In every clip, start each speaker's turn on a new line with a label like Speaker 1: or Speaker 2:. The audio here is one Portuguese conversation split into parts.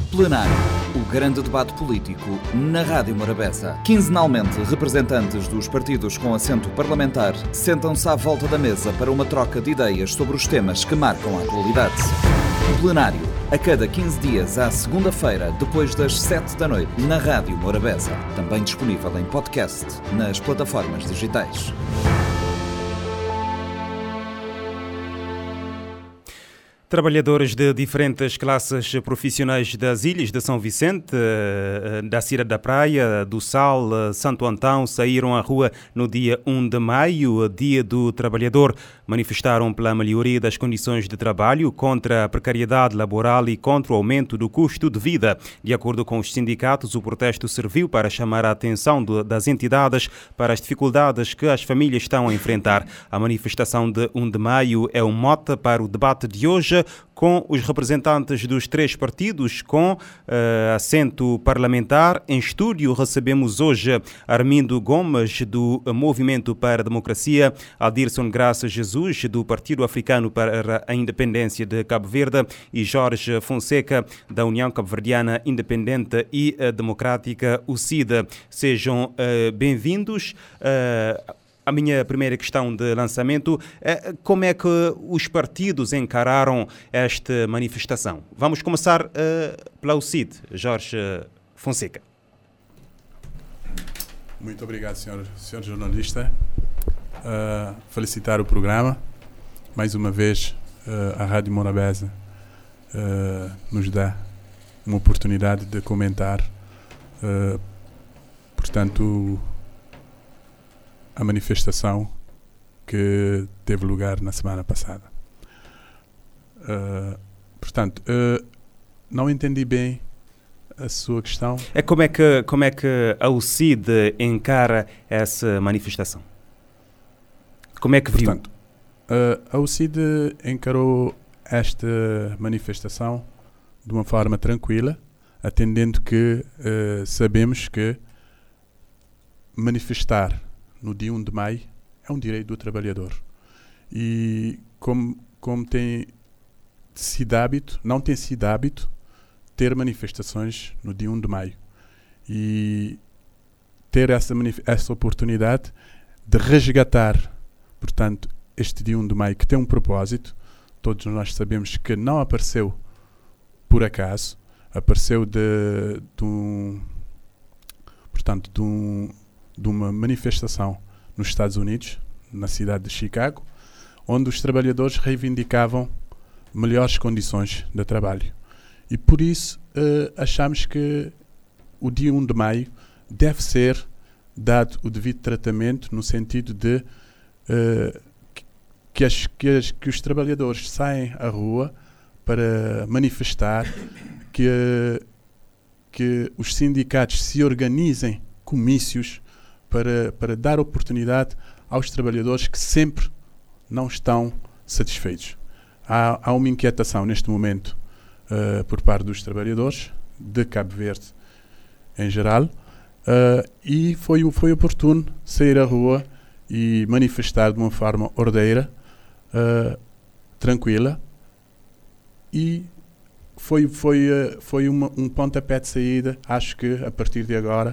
Speaker 1: Plenário, o grande debate político na Rádio Morabeza. Quinzenalmente, representantes dos partidos com assento parlamentar sentam-se à volta da mesa para uma troca de ideias sobre os temas que marcam a atualidade. Plenário, a cada 15 dias, à segunda-feira, depois das 7 da noite, na Rádio Morabeza. Também disponível em podcast nas plataformas digitais.
Speaker 2: Trabalhadores de diferentes classes profissionais das ilhas de São Vicente, da Cira da Praia, do Sal, Santo Antão, saíram à rua no dia 1 de maio, Dia do Trabalhador. Manifestaram pela melhoria das condições de trabalho, contra a precariedade laboral e contra o aumento do custo de vida. De acordo com os sindicatos, o protesto serviu para chamar a atenção das entidades para as dificuldades que as famílias estão a enfrentar. A manifestação de 1 de maio é um mote para o debate de hoje, com os representantes dos três partidos com assento parlamentar. Em estúdio recebemos hoje Armindo Gomes, do Movimento para a Democracia, Adirson Graça Jesus, do Partido Africano para a Independência de Cabo Verde, e Jorge Fonseca, da União Cabo-Verdiana Independente e Democrática, o CIDE. Sejam bem-vindos. A minha primeira questão de lançamento é como é que os partidos encararam esta manifestação? Vamos começar pela UCID, Jorge Fonseca.
Speaker 3: Muito obrigado, senhor jornalista. Felicitar o programa. Mais uma vez, a Rádio Morabeza nos dá uma oportunidade de comentar, portanto, a manifestação que teve lugar na semana passada. Portanto, não entendi bem a sua questão.
Speaker 2: Como é que a UCID encara essa manifestação? Como é que viu?
Speaker 3: Portanto, a UCID encarou esta manifestação de uma forma tranquila, atendendo que sabemos que manifestar no dia 1 de maio é um direito do trabalhador. E como tem sido hábito, não tem sido hábito ter manifestações no dia 1 de maio. E ter essa oportunidade de resgatar, portanto, este dia 1 de maio, que tem um propósito. Todos nós sabemos que não apareceu por acaso, apareceu de uma manifestação nos Estados Unidos, na cidade de Chicago, onde os trabalhadores reivindicavam melhores condições de trabalho. E por isso achamos que o dia 1 de maio deve ser dado o devido tratamento, no sentido de que os trabalhadores saem à rua para manifestar, que os sindicatos se organizem comícios para dar oportunidade aos trabalhadores que sempre não estão satisfeitos. Há uma inquietação neste momento por parte dos trabalhadores de Cabo Verde em geral, e foi oportuno sair à rua e manifestar de uma forma ordeira, tranquila, e foi um pontapé de saída. Acho que a partir de agora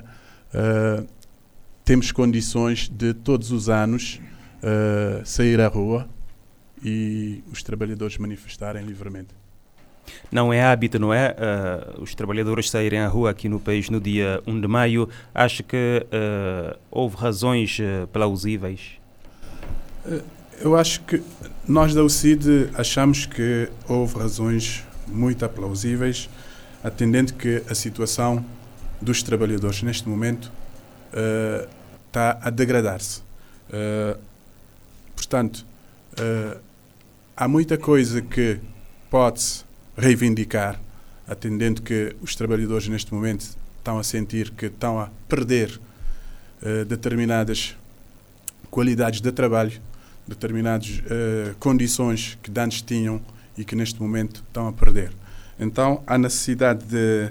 Speaker 3: temos condições de todos os anos sair à rua e os trabalhadores manifestarem livremente.
Speaker 2: Não é hábito, não é? Os trabalhadores saírem à rua aqui no país no dia 1 de maio. Acho que houve razões plausíveis?
Speaker 3: Eu acho que nós da UCID achamos que houve razões muito plausíveis, atendendo que a situação dos trabalhadores neste momento está a degradar-se. Portanto, há muita coisa que pode-se reivindicar, atendendo que os trabalhadores neste momento estão a sentir que estão a perder determinadas qualidades de trabalho, determinadas condições que antes tinham e que neste momento estão a perder. Então há necessidade de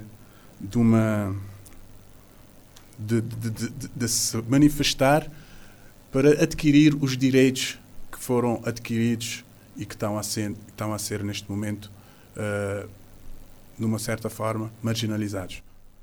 Speaker 3: se manifestar para adquirir os direitos que foram adquiridos e que estão a ser neste momento numa certa forma, marginalizados.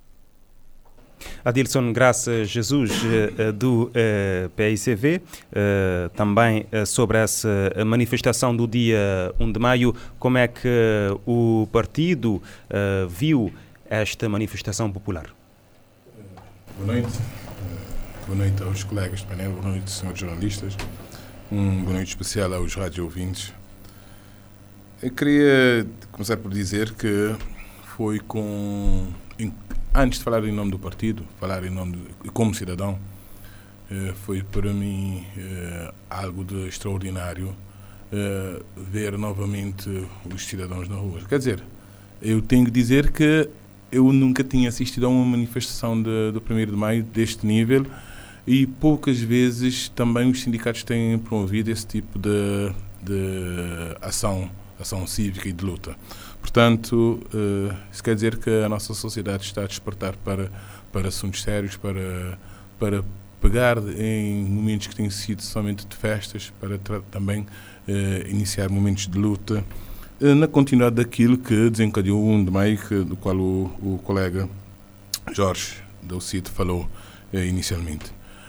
Speaker 2: Adilson Graça Jesus, do PICV, também sobre essa manifestação do dia 1 de maio, como é que o partido viu esta manifestação popular?
Speaker 4: Boa noite. Boa noite aos colegas do painel, boa noite, senhores jornalistas. Boa noite especial aos rádio ouvintes. Eu queria começar por dizer que foi antes de falar em nome do partido, falar em nome como cidadão, foi para mim algo de extraordinário ver novamente os cidadãos na rua. Quer dizer, eu tenho que dizer que eu nunca tinha assistido a uma manifestação do 1º de maio deste nível e poucas vezes também os sindicatos têm promovido esse tipo de ação cívica e de luta. Portanto, isso quer dizer que a nossa sociedade está a despertar para assuntos sérios, para pegar em momentos que têm sido somente de festas, para também iniciar momentos de luta, na continuidade daquilo que desencadeou o 1 de maio, do qual o colega Jorge Dalcide falou inicialmente.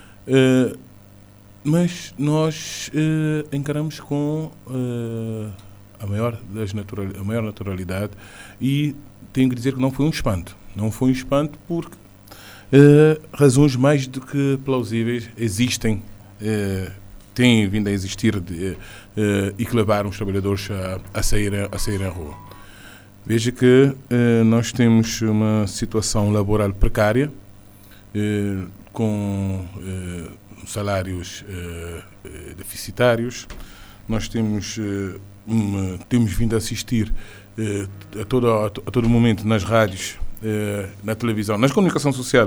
Speaker 4: Mas nós encaramos com a maior naturalidade e tenho que dizer que não foi um espanto. Não foi um espanto porque razões mais do que plausíveis existem, têm vindo a existir e que levaram os trabalhadores a saírem à rua. Veja que nós temos uma situação laboral precária, com salários deficitários. Nós temos vindo a assistir a todo momento nas rádios, na televisão, na comunicação social,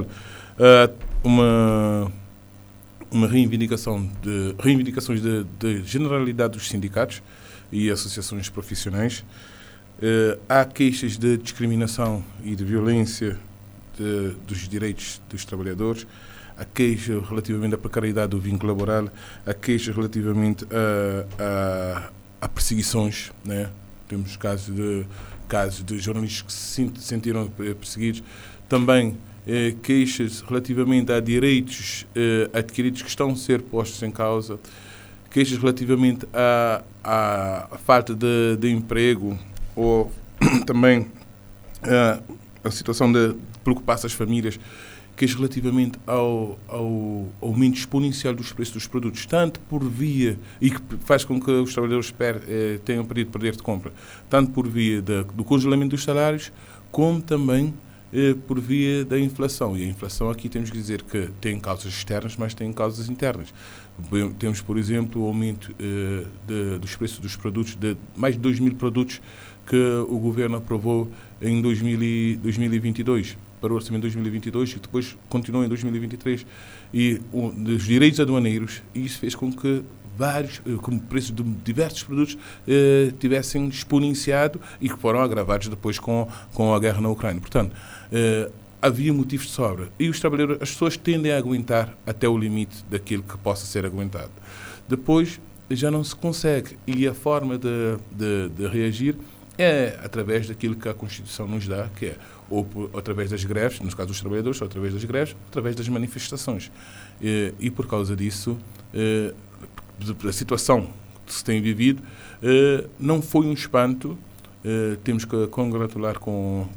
Speaker 4: uma reivindicações de generalidade dos sindicatos e associações profissionais. Há queixas de discriminação e de violência dos direitos dos trabalhadores, há queixa relativamente à precariedade do vínculo laboral, há queixas relativamente a perseguições, né? Temos casos de jornalistas que se sentiram perseguidos. Também queixas relativamente a direitos adquiridos que estão a ser postos em causa, queixas relativamente à falta de emprego ou também a situação de preocupar-se as famílias, queixas relativamente ao aumento exponencial dos preços dos produtos, tanto por via, e que faz com que os trabalhadores tenham perdido poder de compra, tanto por via do congelamento dos salários, como também por via da inflação. E a inflação aqui temos que dizer que tem causas externas, mas tem causas internas. Temos, por exemplo, o aumento dos preços dos produtos, de mais de 2.000 produtos que o Governo aprovou em 2022, para o orçamento de 2022, e depois continuou em 2023, e dos direitos aduaneiros, e isso fez com que como preços de diversos produtos tivessem exponenciado e que foram agravados depois com a guerra na Ucrânia. Portanto, havia motivos de sobra. E os trabalhadores, as pessoas tendem a aguentar até o limite daquilo que possa ser aguentado. Depois, já não se consegue. E a forma de reagir é através daquilo que a Constituição nos dá, que é ou através das greves, no caso dos trabalhadores, ou através das greves, ou através das manifestações. E por causa disso, a situação que se tem vivido não foi um espanto. Temos que congratular com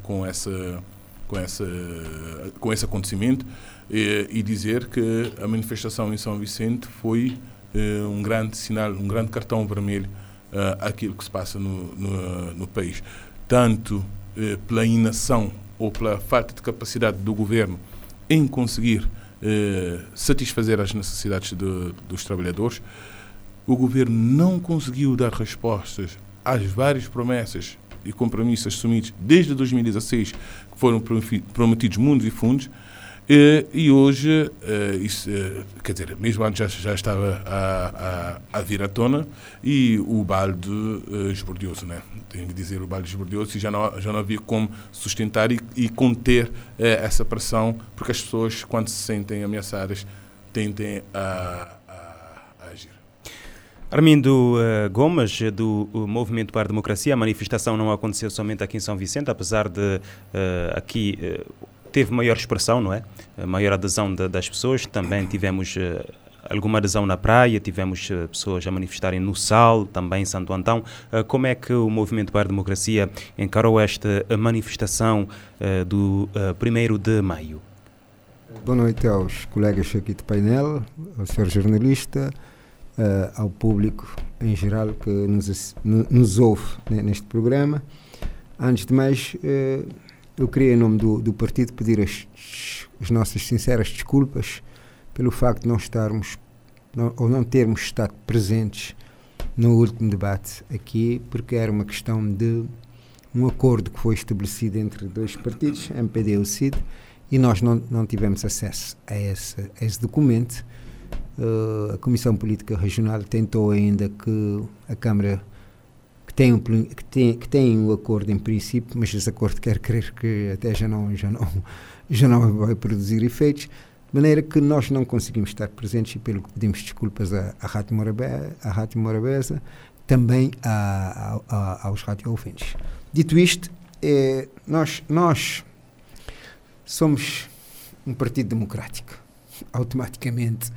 Speaker 4: esse acontecimento e dizer que a manifestação em São Vicente foi um grande sinal, um grande cartão vermelho àquilo que se passa no país. Tanto pela inação ou pela falta de capacidade do Governo em conseguir satisfazer as necessidades dos trabalhadores. O Governo não conseguiu dar respostas às várias promessas e compromissos assumidos desde 2016, que foram prometidos mundos e fundos, e hoje, quer dizer, mesmo antes já estava a vir à tona, e o balde esbordeu-se, né? Tenho que dizer, o balde esbordeu-se, e já não havia como sustentar e conter essa pressão, porque as pessoas, quando se sentem ameaçadas, tendem a agir.
Speaker 2: Armindo Gomes, do Movimento para a Democracia, a manifestação não aconteceu somente aqui em São Vicente, apesar de aqui teve maior expressão, não é? Maior adesão das pessoas, também tivemos alguma adesão na praia, tivemos pessoas a manifestarem no Sal, também em Santo Antão. Como é que o Movimento para a Democracia encarou esta manifestação do 1º de maio?
Speaker 5: Boa noite aos colegas aqui de painel, ao senhor jornalista, ao público em geral que nos ouve neste programa. Antes de mais, eu queria, em nome do partido, pedir as nossas sinceras desculpas pelo facto de não termos estado presentes no último debate aqui, porque era uma questão de um acordo que foi estabelecido entre dois partidos, MPD e o CID, e nós não tivemos acesso a esse documento. A Comissão Política Regional tentou ainda que a Câmara, que tem o acordo em princípio, mas esse acordo quer crer que até já não vai produzir efeitos, de maneira que nós não conseguimos estar presentes, e pelo que pedimos desculpas à Rádio Morabeza, também aos rádio-ouvintes. Dito isto, nós somos um partido democrático. Automaticamente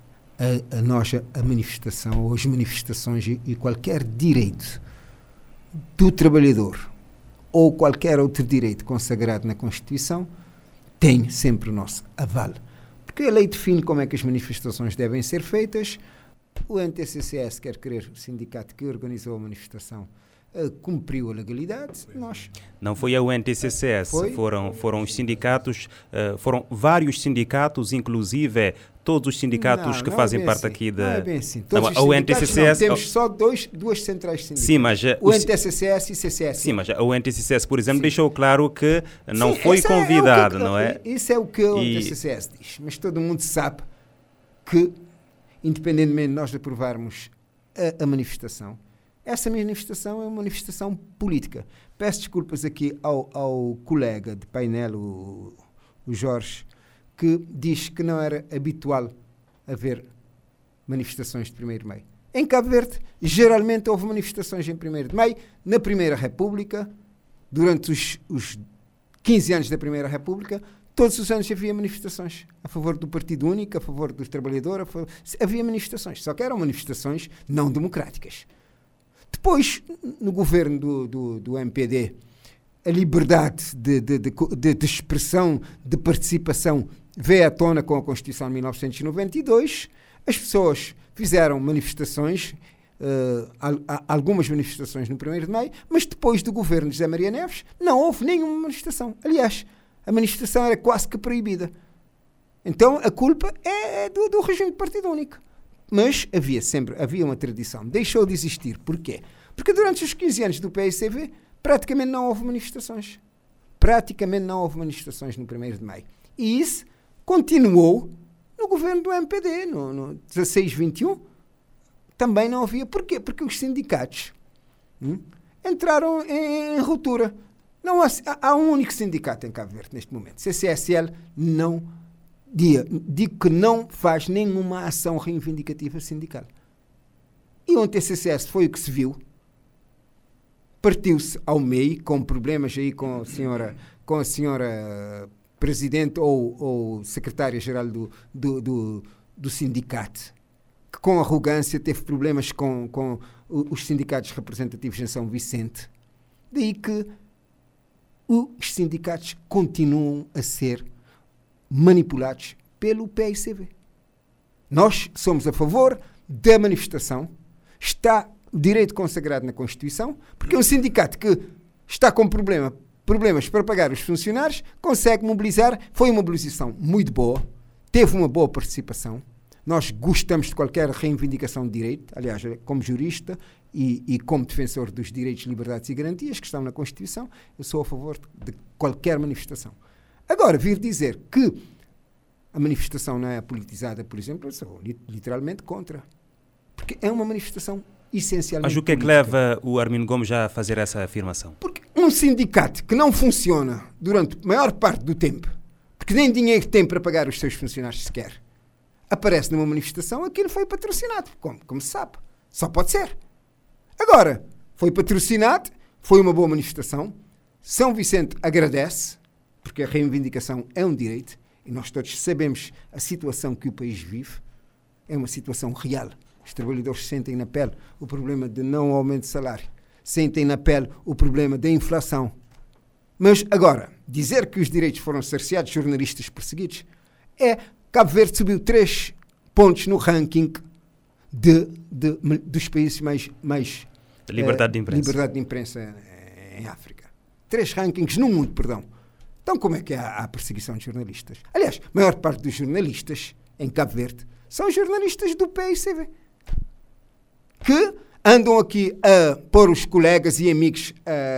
Speaker 5: a manifestação ou as manifestações e qualquer direito do trabalhador ou qualquer outro direito consagrado na Constituição tem sempre o nosso aval, porque a lei define como é que as manifestações devem ser feitas. O NTCCS, quer querer, o sindicato que organizou a manifestação, cumpriu a legalidade.
Speaker 2: Não foi a UNTCCS, foram os sindicatos, foram vários sindicatos, inclusive todos os sindicatos que fazem parte aqui da...
Speaker 5: Não é bem assim. Todos os
Speaker 2: a UNTCCS...
Speaker 5: temos só duas centrais sindicais.
Speaker 2: Sim, mas...
Speaker 5: O NTCCS e CCS.
Speaker 2: Sim, mas a UNTCCS, por exemplo, deixou claro que não foi convidado, não é?
Speaker 5: Isso é o que a UNTCCS diz. Mas todo mundo sabe que, independentemente de nós aprovarmos a manifestação, essa manifestação é uma manifestação política. Peço desculpas aqui ao colega de painel, o Jorge, que diz que não era habitual haver manifestações de 1º de Maio. Em Cabo Verde, geralmente houve manifestações em 1º de Maio, na Primeira República, durante os 15 anos da Primeira República, todos os anos havia manifestações a favor do Partido Único, a favor dos trabalhadores, havia manifestações, só que eram manifestações não democráticas. Depois, no governo do MPD, a liberdade de expressão, de participação, veio à tona com a Constituição de 1992. As pessoas fizeram manifestações, algumas manifestações no 1º de Maio, mas depois do governo de José Maria Neves não houve nenhuma manifestação. Aliás, a manifestação era quase que proibida. Então a culpa é do regime de Partido Único. Mas havia uma tradição. Deixou de existir. Porquê? Porque durante os 15 anos do PICV praticamente não houve manifestações. Praticamente não houve manifestações no 1º de Maio. E isso continuou no governo do MPD, no 16-21. Também não havia. Porquê? Porque os sindicatos entraram em ruptura. Não há um único sindicato em Cabo Verde neste momento. CCSL não... Digo que não faz nenhuma ação reivindicativa sindical. E ontem a TCCS foi o que se viu. Partiu-se ao meio, com problemas aí com a senhora presidente ou secretária-geral do sindicato, que com arrogância teve problemas com os sindicatos representativos em São Vicente. Daí que os sindicatos continuam a ser manipulados pelo PICV. Nós somos a favor da manifestação, está o direito consagrado na Constituição, porque um sindicato que está com problemas para pagar os funcionários, consegue mobilizar. Foi uma mobilização muito boa, teve uma boa participação. Nós gostamos de qualquer reivindicação de direito, aliás, como jurista e como defensor dos direitos, liberdades e garantias que estão na Constituição, eu sou a favor de qualquer manifestação. Agora, vir dizer que a manifestação não é politizada, por exemplo, eu sou literalmente contra. Porque é uma manifestação essencialmente
Speaker 2: Mas o que é que leva o Armindo Gomes a fazer essa afirmação?
Speaker 5: Porque um sindicato que não funciona durante a maior parte do tempo, porque nem dinheiro tem para pagar os seus funcionários sequer, aparece numa manifestação, aquilo foi patrocinado, como se sabe. Só pode ser. Agora, foi patrocinado, foi uma boa manifestação. São Vicente agradece, porque a reivindicação é um direito, e nós todos sabemos a situação que o país vive. É uma situação real. Os trabalhadores sentem na pele o problema de não aumento de salário. Sentem na pele o problema da inflação. Mas agora, dizer que os direitos foram cerceados, jornalistas perseguidos, Cabo Verde subiu 3 pontos no ranking dos países mais
Speaker 2: liberdade de imprensa.
Speaker 5: Liberdade de imprensa em África. 3 rankings no mundo, perdão. Então como é que há perseguição de jornalistas? Aliás, a maior parte dos jornalistas em Cabo Verde são jornalistas do PICV, que andam aqui a pôr os colegas e amigos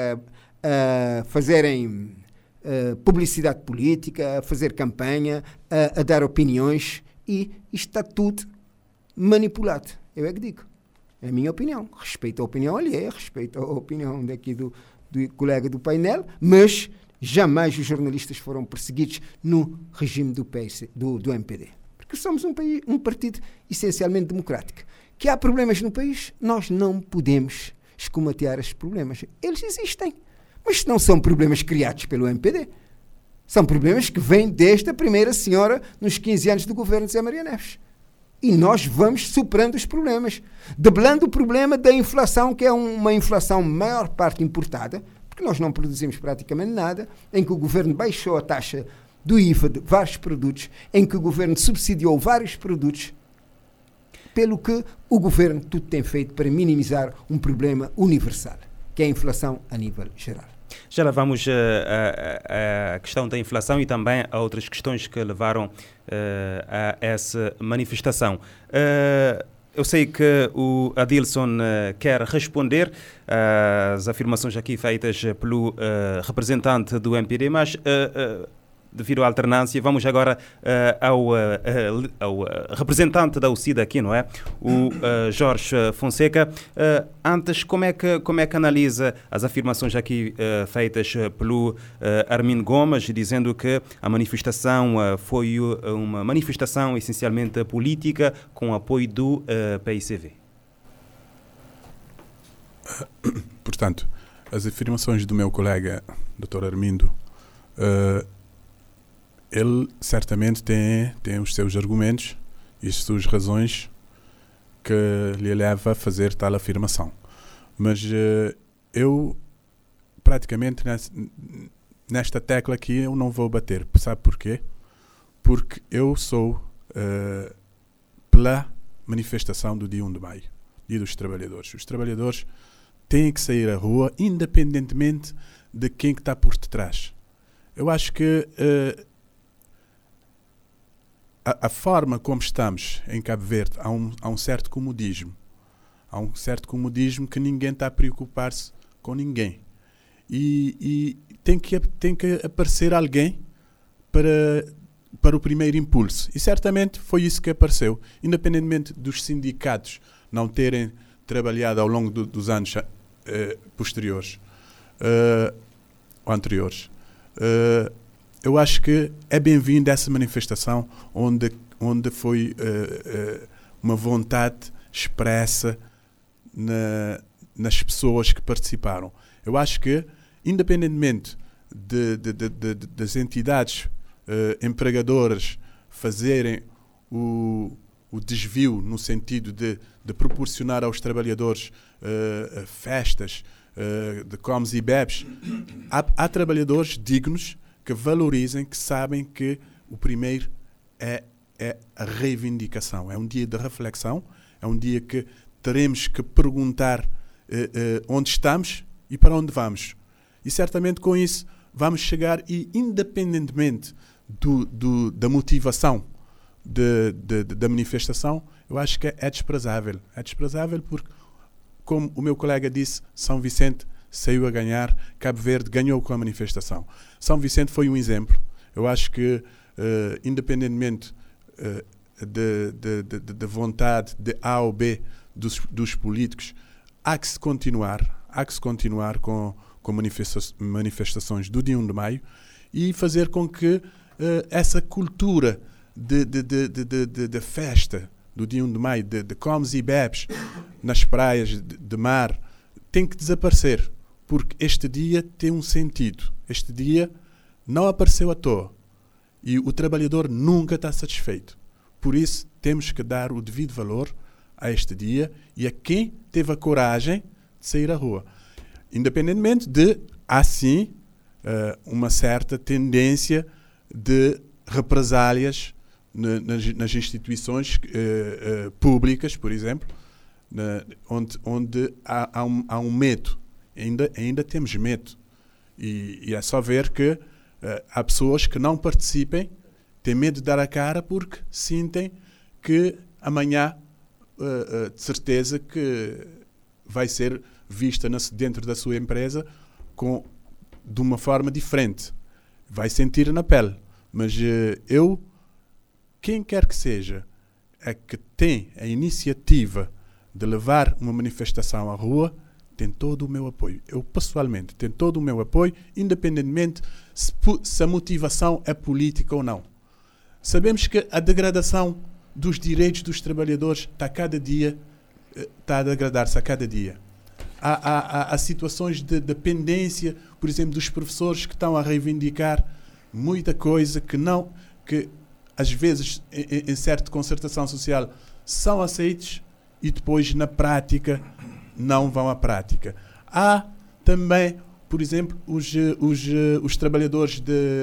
Speaker 5: a fazerem publicidade política, a fazer campanha, a dar opiniões, e isto está tudo manipulado. Eu é que digo. É a minha opinião. Respeito a opinião alheia, respeito a opinião daqui do colega do painel, mas jamais os jornalistas foram perseguidos no regime do MPD. Porque somos um partido essencialmente democrático. Que há problemas no país, nós não podemos escomatear esses problemas. Eles existem. Mas não são problemas criados pelo MPD. São problemas que vêm desde a primeira senhora nos 15 anos do governo de Zé Maria Neves. E nós vamos superando os problemas. Debelando o problema da inflação, que é uma inflação maior parte importada, porque nós não produzimos praticamente nada, em que o governo baixou a taxa do IVA de vários produtos, em que o governo subsidiou vários produtos, pelo que o governo tudo tem feito para minimizar um problema universal, que é a inflação a nível geral.
Speaker 2: Já lá vamos à questão da inflação e também a outras questões que levaram a essa manifestação. Eu sei que o Adilson quer responder às afirmações aqui feitas pelo representante do MPD, mas devido à alternância, vamos agora ao representante da UCID aqui, não é? O Jorge Fonseca. Antes, como é que analisa as afirmações aqui feitas pelo Armindo Gomes, dizendo que a manifestação foi uma manifestação essencialmente política com apoio do PICV?
Speaker 3: Portanto, as afirmações do meu colega, Dr. Armindo, ele certamente tem os seus argumentos e as suas razões que lhe leva a fazer tal afirmação. Mas eu, praticamente, nesta tecla aqui, eu não vou bater. Sabe porquê? Porque eu sou pela manifestação do dia 1 de maio, dia dos trabalhadores. Os trabalhadores têm que sair à rua, independentemente de quem que está por detrás. Eu acho que a forma como estamos em Cabo Verde, há um certo comodismo. Há um certo comodismo que ninguém está a preocupar-se com ninguém. E tem que aparecer alguém para o primeiro impulso. E certamente foi isso que apareceu. Independentemente dos sindicatos não terem trabalhado ao longo dos anos posteriores ou anteriores. Eu acho que é bem-vinda essa manifestação onde foi uma vontade expressa nas pessoas que participaram. Eu acho que, independentemente das entidades empregadoras fazerem o desvio no sentido de proporcionar aos trabalhadores festas de comes e bebes, há trabalhadores dignos que valorizem, que sabem que o primeiro é a reivindicação. É um dia de reflexão, é um dia que teremos que perguntar onde estamos e para onde vamos. E certamente com isso vamos chegar, e independentemente da motivação da manifestação, eu acho que é desprezável. É desprezável porque, como o meu colega disse, São Vicente saiu a ganhar, Cabo Verde ganhou com a manifestação. São Vicente foi um exemplo. Eu acho que, independentemente da vontade de A ou B dos políticos, há que se continuar com manifestações do dia 1 de maio e fazer com que essa cultura de festa do dia 1 de maio, de comes e bebes, nas praias de mar, tem que desaparecer, porque este dia tem um sentido. Este dia não apareceu à toa e o trabalhador nunca está satisfeito. Por isso, temos que dar o devido valor a este dia e a quem teve a coragem de sair à rua. Independentemente de, assim, uma certa tendência de represálias nas instituições públicas, por exemplo, onde há um medo. Ainda temos medo. E é só ver que há pessoas que não participem, têm medo de dar a cara porque sentem que amanhã, de certeza, que vai ser vista dentro da sua empresa de uma forma diferente. Vai sentir na pele. Mas quem quer que seja, é que tem a iniciativa de levar uma manifestação à rua, tem todo o meu apoio. Eu, pessoalmente, tenho todo o meu apoio, independentemente se a motivação é política ou não. Sabemos que a degradação dos direitos dos trabalhadores está a degradar-se a cada dia. Há situações de dependência, por exemplo, dos professores que estão a reivindicar muita coisa que às vezes, em certa concertação social, são aceitos e depois, na prática, não vão à prática. Há também, por exemplo, os trabalhadores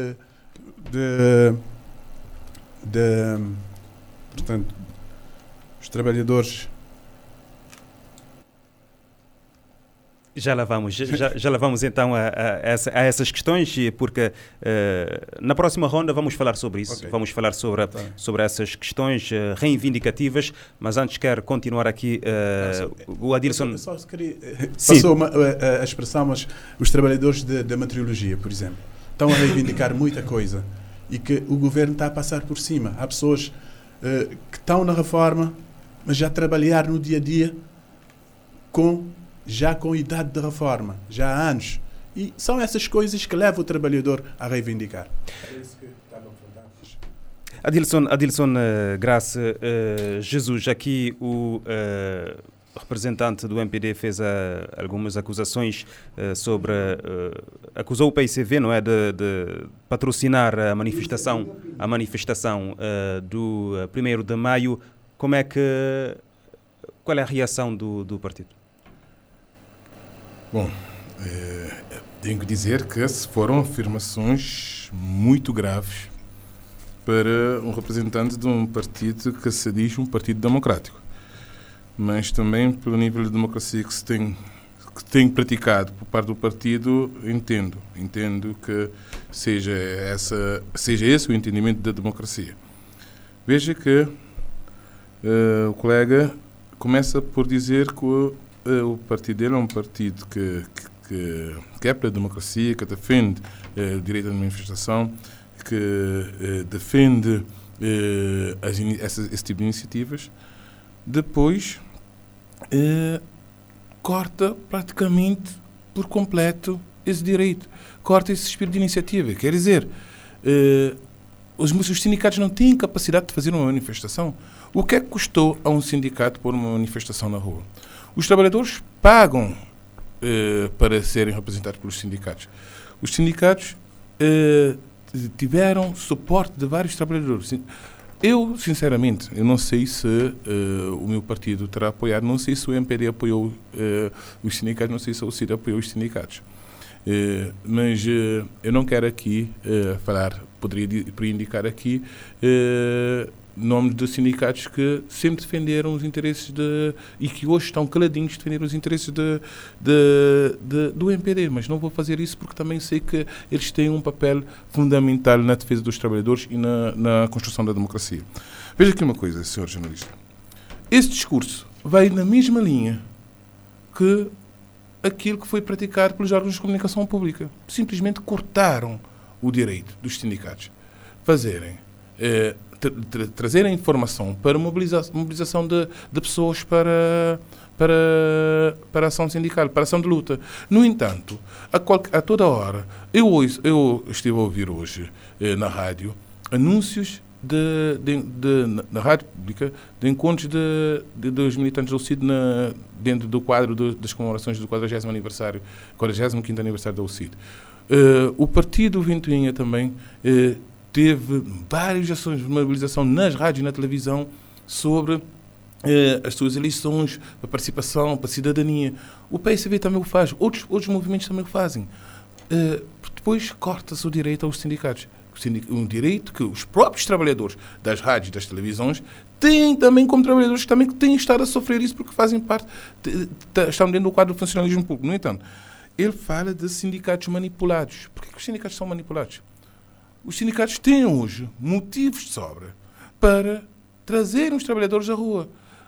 Speaker 3: portanto, os trabalhadores...
Speaker 2: Já lá vamos então a essas questões, porque na próxima ronda vamos falar sobre isso, vamos falar sobre essas questões reivindicativas, mas antes quero continuar aqui, o Adilson...
Speaker 3: Só queria, passou a expressão, mas os trabalhadores da meteorologia, por exemplo, estão a reivindicar muita coisa e que o governo está a passar por cima. Há pessoas que estão na reforma, mas já a trabalhar no dia a dia já com idade de reforma, já há anos. E são essas coisas que levam o trabalhador a reivindicar. É isso que estava a
Speaker 2: falar. Adilson Graça Jesus, aqui o representante do MPD fez algumas acusações acusou o PICV, não é, de patrocinar a manifestação do 1º de maio. Qual é a reação do partido?
Speaker 4: Bom, tenho que dizer que foram afirmações muito graves para um representante de um partido que se diz um partido democrático. Mas também, pelo nível de democracia que tem praticado por parte do partido, entendo que seja esse o entendimento da democracia. Veja que o colega começa por dizer que o partido dele é um partido que é pela democracia, que defende o direito à manifestação, que defende esse tipo de iniciativas. Depois corta praticamente por completo esse direito, corta esse espírito de iniciativa. Quer dizer, os sindicatos não têm capacidade de fazer uma manifestação. O que é que custou a um sindicato pôr uma manifestação na rua? Os trabalhadores pagam para serem representados pelos sindicatos. Os sindicatos tiveram suporte de vários trabalhadores. Eu, sinceramente, não sei se o meu partido terá apoiado, não sei se o MPD apoiou os sindicatos, não sei se o CID apoiou os sindicatos. Mas eu não quero aqui poderia indicar aqui nomes de sindicatos que sempre defenderam os interesses e que hoje estão caladinhos de defender os interesses do MPD, mas não vou fazer isso porque também sei que eles têm um papel fundamental na defesa dos trabalhadores e na construção da democracia. Veja aqui uma coisa, senhor jornalista. Esse discurso vai na mesma linha que aquilo que foi praticado pelos órgãos de comunicação pública. Simplesmente cortaram o direito dos sindicatos fazerem trazer a informação para mobilização de pessoas para a ação sindical, para a ação de luta. No entanto, a toda hora, eu estive a ouvir hoje na rádio anúncios na rádio pública de encontros dos militantes do UCID dentro do quadro das comemorações do 45º aniversário do UCID. O Partido Ventoinha também teve várias ações de mobilização nas rádios e na televisão sobre as suas eleições, a participação, para a cidadania. O PSV também o faz, outros movimentos também o fazem. Depois corta-se o direito aos sindicatos. Um direito que os próprios trabalhadores das rádios e das televisões têm também como trabalhadores que também têm estado a sofrer isso porque fazem parte, estão dentro do quadro do funcionalismo público. No entanto, ele fala de sindicatos manipulados. Por que os sindicatos são manipulados? Os sindicatos têm hoje motivos de sobra para trazerem os trabalhadores à rua.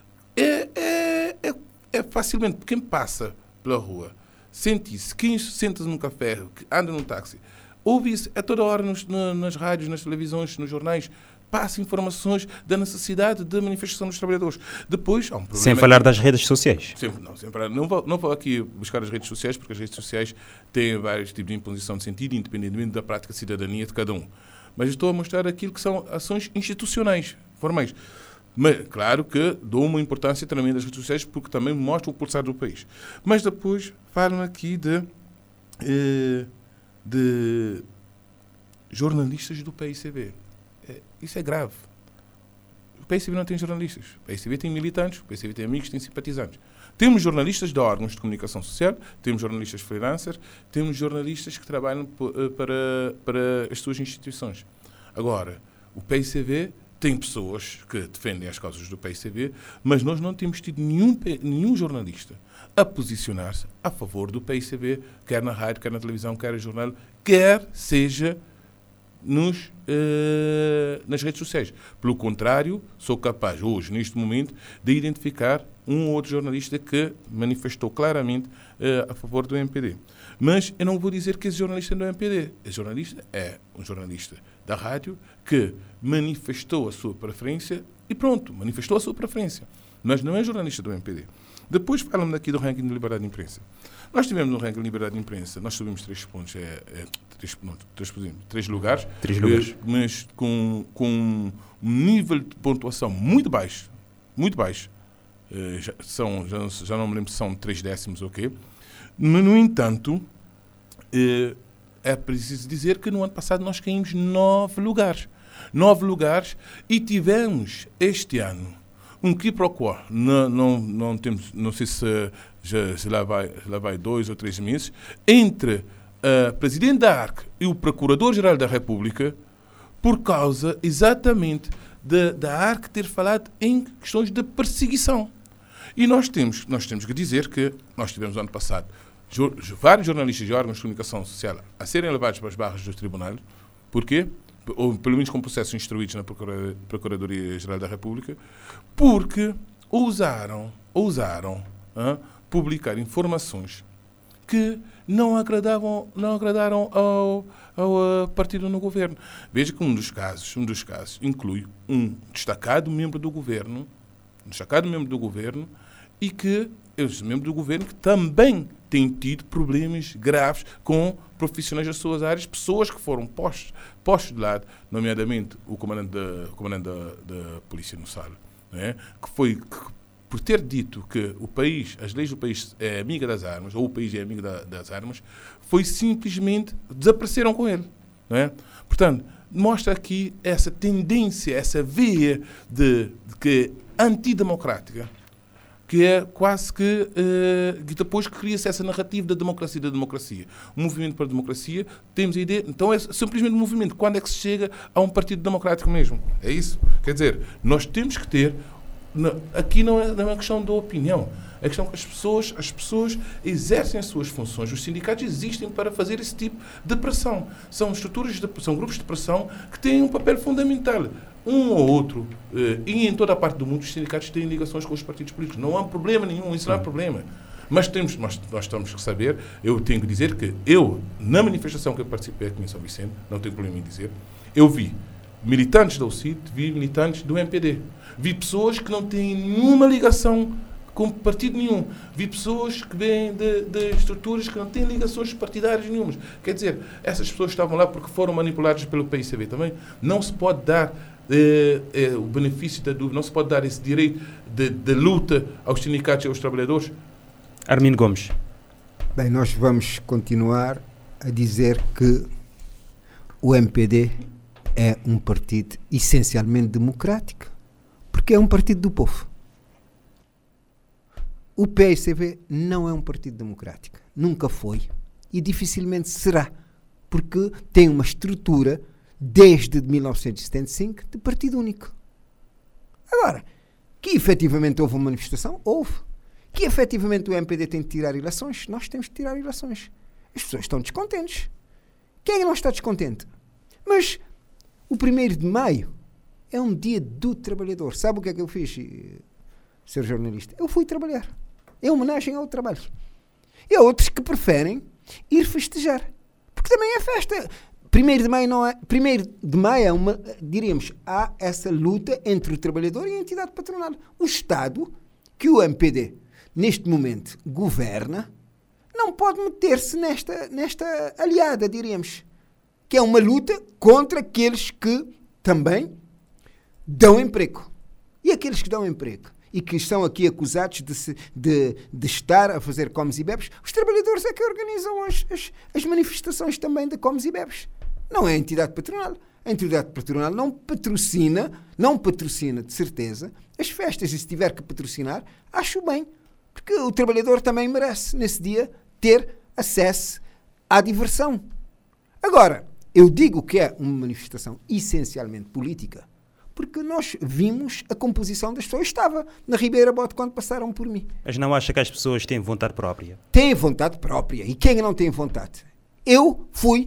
Speaker 4: É facilmente, quem passa pela rua, sente isso, quem senta-se num café, anda num táxi, ouve isso a toda hora nas rádios, nas televisões, nos jornais, passa informações da necessidade de manifestação dos trabalhadores. Depois, há um problema.
Speaker 2: Sem falar das redes sociais.
Speaker 4: Não vou aqui buscar as redes sociais, porque as redes sociais têm vários tipos de imposição de sentido, independentemente da prática de cidadania de cada um. Mas estou a mostrar aquilo que são ações institucionais, formais. Mas, claro que dou uma importância também das redes sociais, porque também mostra o pulsar do país. Mas depois falam aqui de jornalistas do PICB. Isso é grave. O PICB não tem jornalistas. O PICB tem militantes, o PICB tem amigos, tem simpatizantes. Temos jornalistas de órgãos de comunicação social, temos jornalistas freelancers, temos jornalistas que trabalham para as suas instituições. Agora, o PICB tem pessoas que defendem as causas do PICB, mas nós não temos tido nenhum jornalista a posicionar-se a favor do PICB, quer na rádio, quer na televisão, quer no jornal, quer seja nas redes sociais. Pelo contrário, sou capaz hoje, neste momento, de identificar um ou outro jornalista que manifestou claramente a favor do MPD. Mas eu não vou dizer que esse jornalista não é do MPD. Esse jornalista é um jornalista da rádio que manifestou a sua preferência e pronto, manifestou a sua preferência. Mas não é jornalista do MPD. Depois falamos aqui do ranking de liberdade de imprensa. Nós tivemos no ranking de liberdade de imprensa, nós subimos 3 pontos, 3 lugares, mas com um nível de pontuação muito baixo. Já não me lembro se são 3 décimos ou quê. No entanto, é preciso dizer que no ano passado nós caímos 9 lugares. 9 lugares e tivemos este ano um quiproquo. Não temos, não sei se lá vai 2 ou 3 meses, entre a Presidente da ARC e o Procurador-Geral da República, por causa exatamente da ARC ter falado em questões de perseguição. E nós temos que dizer que nós tivemos no ano passado vários jornalistas de órgãos de comunicação social a serem levados para as barras dos tribunais. Porquê? Ou pelo menos com processos instruídos na Procuradoria-Geral da República, porque ousaram publicar informações que não agradaram ao partido no governo. Veja que um dos casos inclui um destacado membro do governo, e que esse membro do governo que também tem tido problemas graves com profissionais das suas áreas, pessoas que foram postos de lado, nomeadamente o comandante da Polícia no Sal, né? Que por ter dito que as leis do país é amiga das armas, ou o país é amigo das armas, simplesmente desapareceram com ele. Né? Portanto, mostra aqui essa tendência, essa veia de que antidemocrática, que é quase que depois cria-se essa narrativa da democracia. O movimento para a democracia, temos a ideia, então é simplesmente um movimento. Quando é que se chega a um partido democrático mesmo? É isso? Quer dizer, nós temos que ter, aqui não é uma questão da opinião, é a questão que as pessoas exercem as suas funções. Os sindicatos existem para fazer esse tipo de pressão. São grupos de pressão que têm um papel fundamental. Um ou outro, e em toda a parte do mundo, os sindicatos têm ligações com os partidos políticos. Não há problema nenhum, isso não é problema. Mas nós temos que saber, eu tenho que dizer que na manifestação que eu participei aqui em São Vicente, não tenho problema em dizer, eu vi militantes da UCID, vi militantes do MPD. Vi pessoas que não têm nenhuma ligação com partido nenhum. Vi pessoas que vêm de estruturas que não têm ligações partidárias nenhumas. Quer dizer, essas pessoas estavam lá porque foram manipuladas pelo PICB também. Não se pode dar o benefício da dúvida, não se pode dar esse direito de luta aos sindicatos e aos trabalhadores?
Speaker 2: Armindo Gomes.
Speaker 5: Bem, nós vamos continuar a dizer que o MPD é um partido essencialmente democrático, porque é um partido do povo. O PSCV não é um partido democrático, nunca foi e dificilmente será, porque tem uma estrutura desde 1975 de partido único. Agora, que efetivamente houve uma manifestação? Houve. Que efetivamente o MPD tem de tirar eleições? Nós temos de tirar eleições. As pessoas estão descontentes. Quem é que não está descontente? Mas o 1º de maio é um dia do trabalhador. Sabe o que é que eu fiz, ser jornalista? Eu fui trabalhar. Em homenagem ao trabalho. E há outros que preferem ir festejar. Porque também é festa. 1º de maio não é... 1º de maio é uma... Diríamos, há essa luta entre o trabalhador e a entidade patronal. O Estado, que o MPD, neste momento, governa, não pode meter-se nesta aliada, diríamos. Que é uma luta contra aqueles que também dão emprego. E aqueles que dão emprego e que estão aqui acusados de estar a fazer comes e bebes, os trabalhadores é que organizam as manifestações também de comes e bebes. Não é a entidade patronal. A entidade patronal não patrocina de certeza as festas. E se tiver que patrocinar, acho bem. Porque o trabalhador também merece, nesse dia, ter acesso à diversão. Agora, eu digo que é uma manifestação essencialmente política, porque nós vimos a composição das pessoas. Estava na Ribeira Bote quando passaram por mim.
Speaker 2: Mas não acha que as pessoas têm vontade própria?
Speaker 5: Têm vontade própria. E quem não tem vontade? Eu fui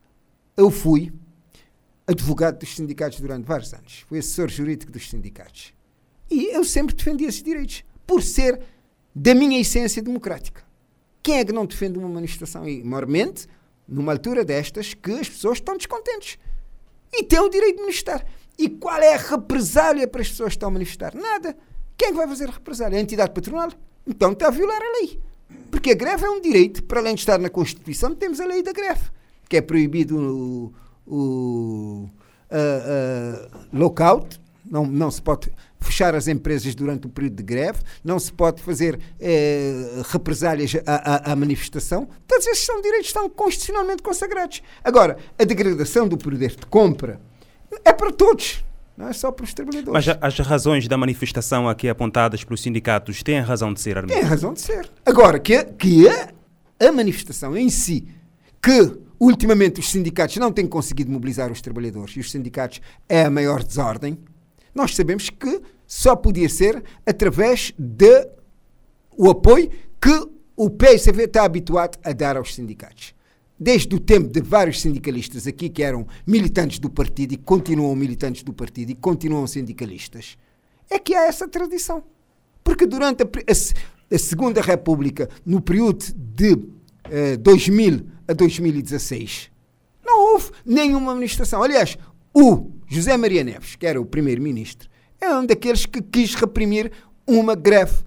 Speaker 5: advogado dos sindicatos durante vários anos. Fui assessor jurídico dos sindicatos. E eu sempre defendi esses direitos, por ser da minha essência democrática. Quem é que não defende uma manifestação? E, maiormente, numa altura destas, que as pessoas estão descontentes. E têm o direito de manifestar. E qual é a represália para as pessoas que estão a manifestar? Nada. Quem é que vai fazer represália? A entidade patronal? Então está a violar a lei. Porque a greve é um direito, para além de estar na Constituição, temos a lei da greve, que é proibido o lockout, não se pode fechar as empresas durante o período de greve, não se pode fazer represálias à manifestação. Todos esses são direitos que estão constitucionalmente consagrados. Agora, a degradação do poder de compra é para todos, não é só para os trabalhadores.
Speaker 2: Mas as razões da manifestação aqui apontadas pelos sindicatos têm razão de ser, Armindo?
Speaker 5: Têm razão de ser. Agora, que a manifestação em si, que ultimamente os sindicatos não têm conseguido mobilizar os trabalhadores, e os sindicatos é a maior desordem, nós sabemos que só podia ser através do apoio que o PSCV está habituado a dar aos sindicatos. Desde o tempo de vários sindicalistas aqui que eram militantes do partido e continuam militantes do partido e continuam sindicalistas, é que há essa tradição. Porque durante a Segunda República, no período de 2000 a 2016, não houve nenhuma manifestação. Aliás, o José Maria Neves, que era o primeiro-ministro, é um daqueles que quis reprimir uma greve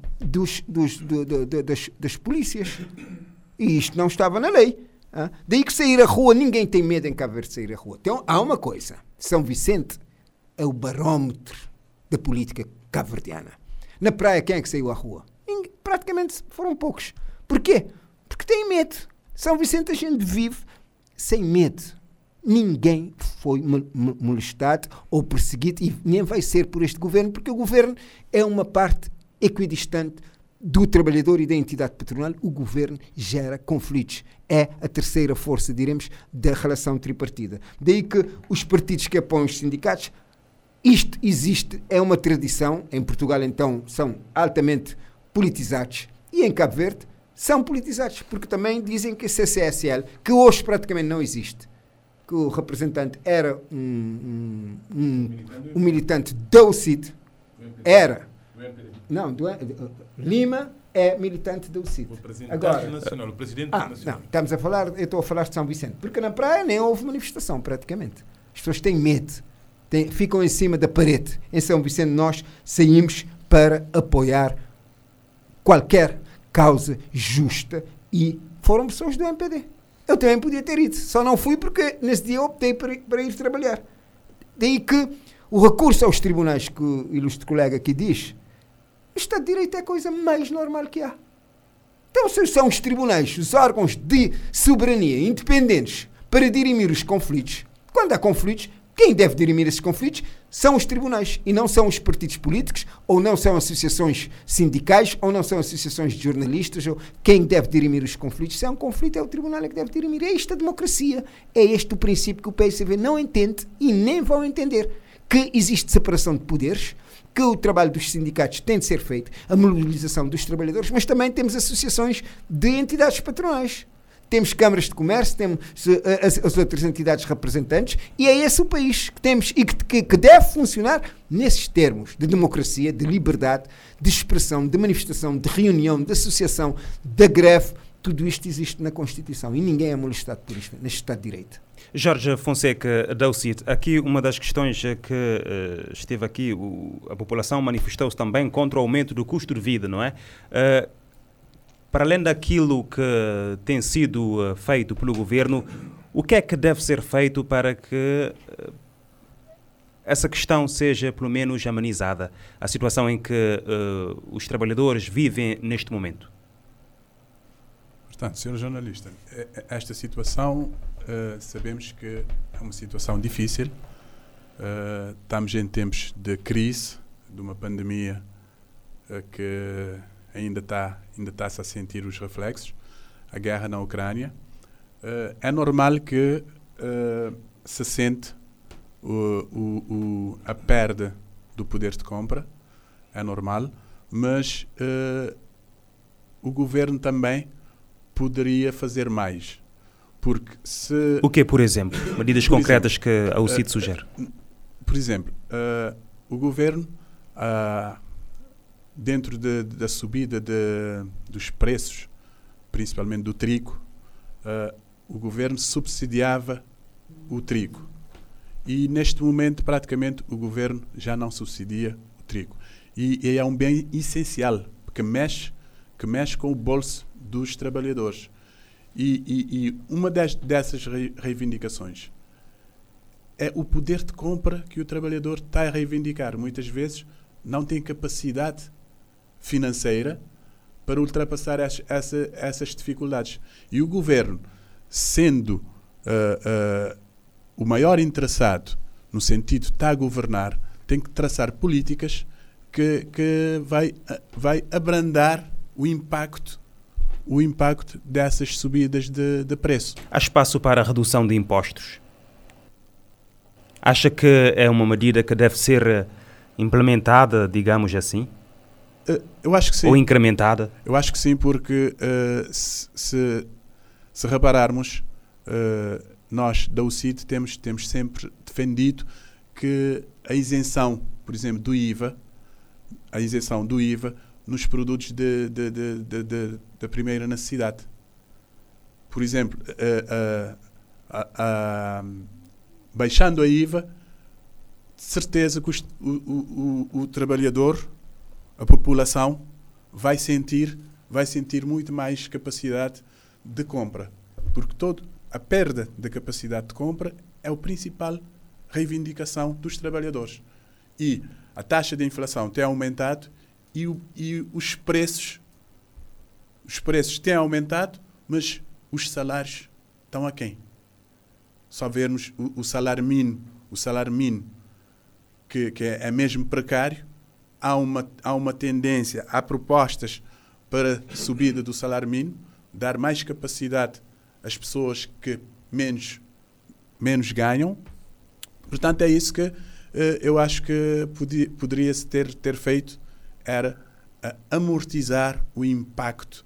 Speaker 5: das polícias. E isto não estava na lei. Daí que sair à rua, ninguém tem medo em Cabo Verde de sair à rua. Então, há uma coisa. São Vicente é o barómetro da política cabo-verdiana. Na praia, quem é que saiu à rua? Praticamente foram poucos. Porquê? Porque têm medo. São Vicente a gente vive sem medo. Ninguém foi molestado ou perseguido e nem vai ser por este governo, porque o governo é uma parte equidistante do trabalhador e da entidade patronal. O governo gera conflitos. É a terceira força, diremos, da relação tripartida. Daí que os partidos que apoiam os sindicatos, isto existe, é uma tradição. Em Portugal, então, são altamente politizados. E em Cabo Verde, são politizados, porque também dizem que a CCSL, que hoje praticamente não existe, que o representante era um militante da UCID, era... Não, Lima é militante da UCID.
Speaker 4: Agora, nacional, o presidente nacional.
Speaker 5: Não, eu estou a falar de São Vicente, porque na praia nem houve manifestação, praticamente. As pessoas têm medo, ficam em cima da parede. Em São Vicente nós saímos para apoiar qualquer causa justa e foram pessoas do MPD. Eu também podia ter ido, só não fui porque nesse dia eu optei para ir trabalhar. Daí que o recurso aos tribunais que o ilustre colega aqui diz, o Estado de Direito é a coisa mais normal que há. Então, se são os tribunais, os órgãos de soberania independentes para dirimir os conflitos, quando há conflitos, quem deve dirimir esses conflitos são os tribunais e não são os partidos políticos, ou não são associações sindicais, ou não são associações de jornalistas. Ou quem deve dirimir os conflitos, se há um conflito, é o tribunal que deve dirimir. É isto a democracia. É este o princípio que o PSV não entende e nem vão entender. Que existe separação de poderes, que o trabalho dos sindicatos tem de ser feito, a mobilização dos trabalhadores, mas também temos associações de entidades patronais. Temos câmaras de comércio, temos as outras entidades representantes, e é esse o país que temos e que deve funcionar nesses termos de democracia, de liberdade, de expressão, de manifestação, de reunião, de associação, de greve. Tudo isto existe na Constituição e ninguém é molestado por isto, neste Estado de Direito.
Speaker 2: Jorge Fonseca, da UCIT, aqui uma das questões que esteve aqui, a população manifestou-se também contra o aumento do custo de vida, não é? Para além daquilo que tem sido feito pelo governo, o que é que deve ser feito para que essa questão seja pelo menos amenizada? A situação em que os trabalhadores vivem neste momento.
Speaker 3: Portanto, Sr. Jornalista, esta situação sabemos que é uma situação difícil. Estamos em tempos de crise, de uma pandemia que ainda está-se a sentir os reflexos, a guerra na Ucrânia. É normal que se sente a perda do poder de compra, é normal, mas o governo também poderia fazer mais. Porque se...
Speaker 2: O que, por exemplo? Medidas concretas que a UCIT sugere?
Speaker 3: Por exemplo, o governo... dentro da subida dos preços, principalmente do trigo, o governo subsidiava o trigo. E neste momento, praticamente, o governo já não subsidia o trigo. E é um bem essencial, que mexe com o bolso dos trabalhadores. E uma dessas reivindicações é o poder de compra que o trabalhador está a reivindicar. Muitas vezes não tem capacidade financeira para ultrapassar essas dificuldades. E o governo, sendo o maior interessado no sentido de estar a governar, tem que traçar políticas que vai abrandar o impacto dessas subidas de preço.
Speaker 2: Há espaço para a redução de impostos? Acha que é uma medida que deve ser implementada, digamos assim?
Speaker 3: Eu acho que sim.
Speaker 2: Ou incrementada?
Speaker 3: Eu acho que sim, porque se repararmos, nós da UCIT temos sempre defendido que a isenção, por exemplo, do IVA, nos produtos da primeira necessidade. Por exemplo, baixando a IVA, de certeza que o trabalhador, a população, vai sentir muito mais capacidade de compra. Porque a perda da capacidade de compra é a principal reivindicação dos trabalhadores. E a taxa de inflação tem aumentado e os preços têm aumentado, mas os salários estão aquém. Só vermos o salário mínimo, que é mesmo precário, há uma tendência, há propostas para subida do salário mínimo, dar mais capacidade às pessoas que menos ganham. Portanto, é isso que eu acho que poderia-se ter feito, era amortizar o impacto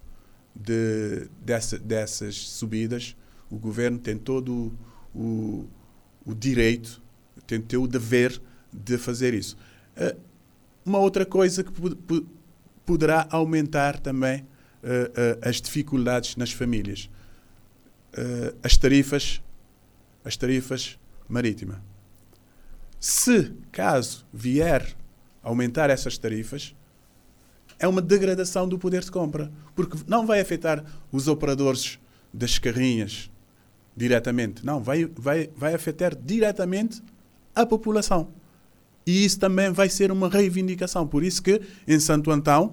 Speaker 3: dessas subidas. O governo tem todo o direito, tem o dever de fazer isso. Uma outra coisa que poderá aumentar também as dificuldades nas famílias, as tarifas marítimas. Se, caso vier aumentar essas tarifas, é uma degradação do poder de compra, porque não vai afetar os operadores das carrinhas diretamente, não, vai afetar diretamente a população. E isso também vai ser uma reivindicação. Por isso que em Santo Antão,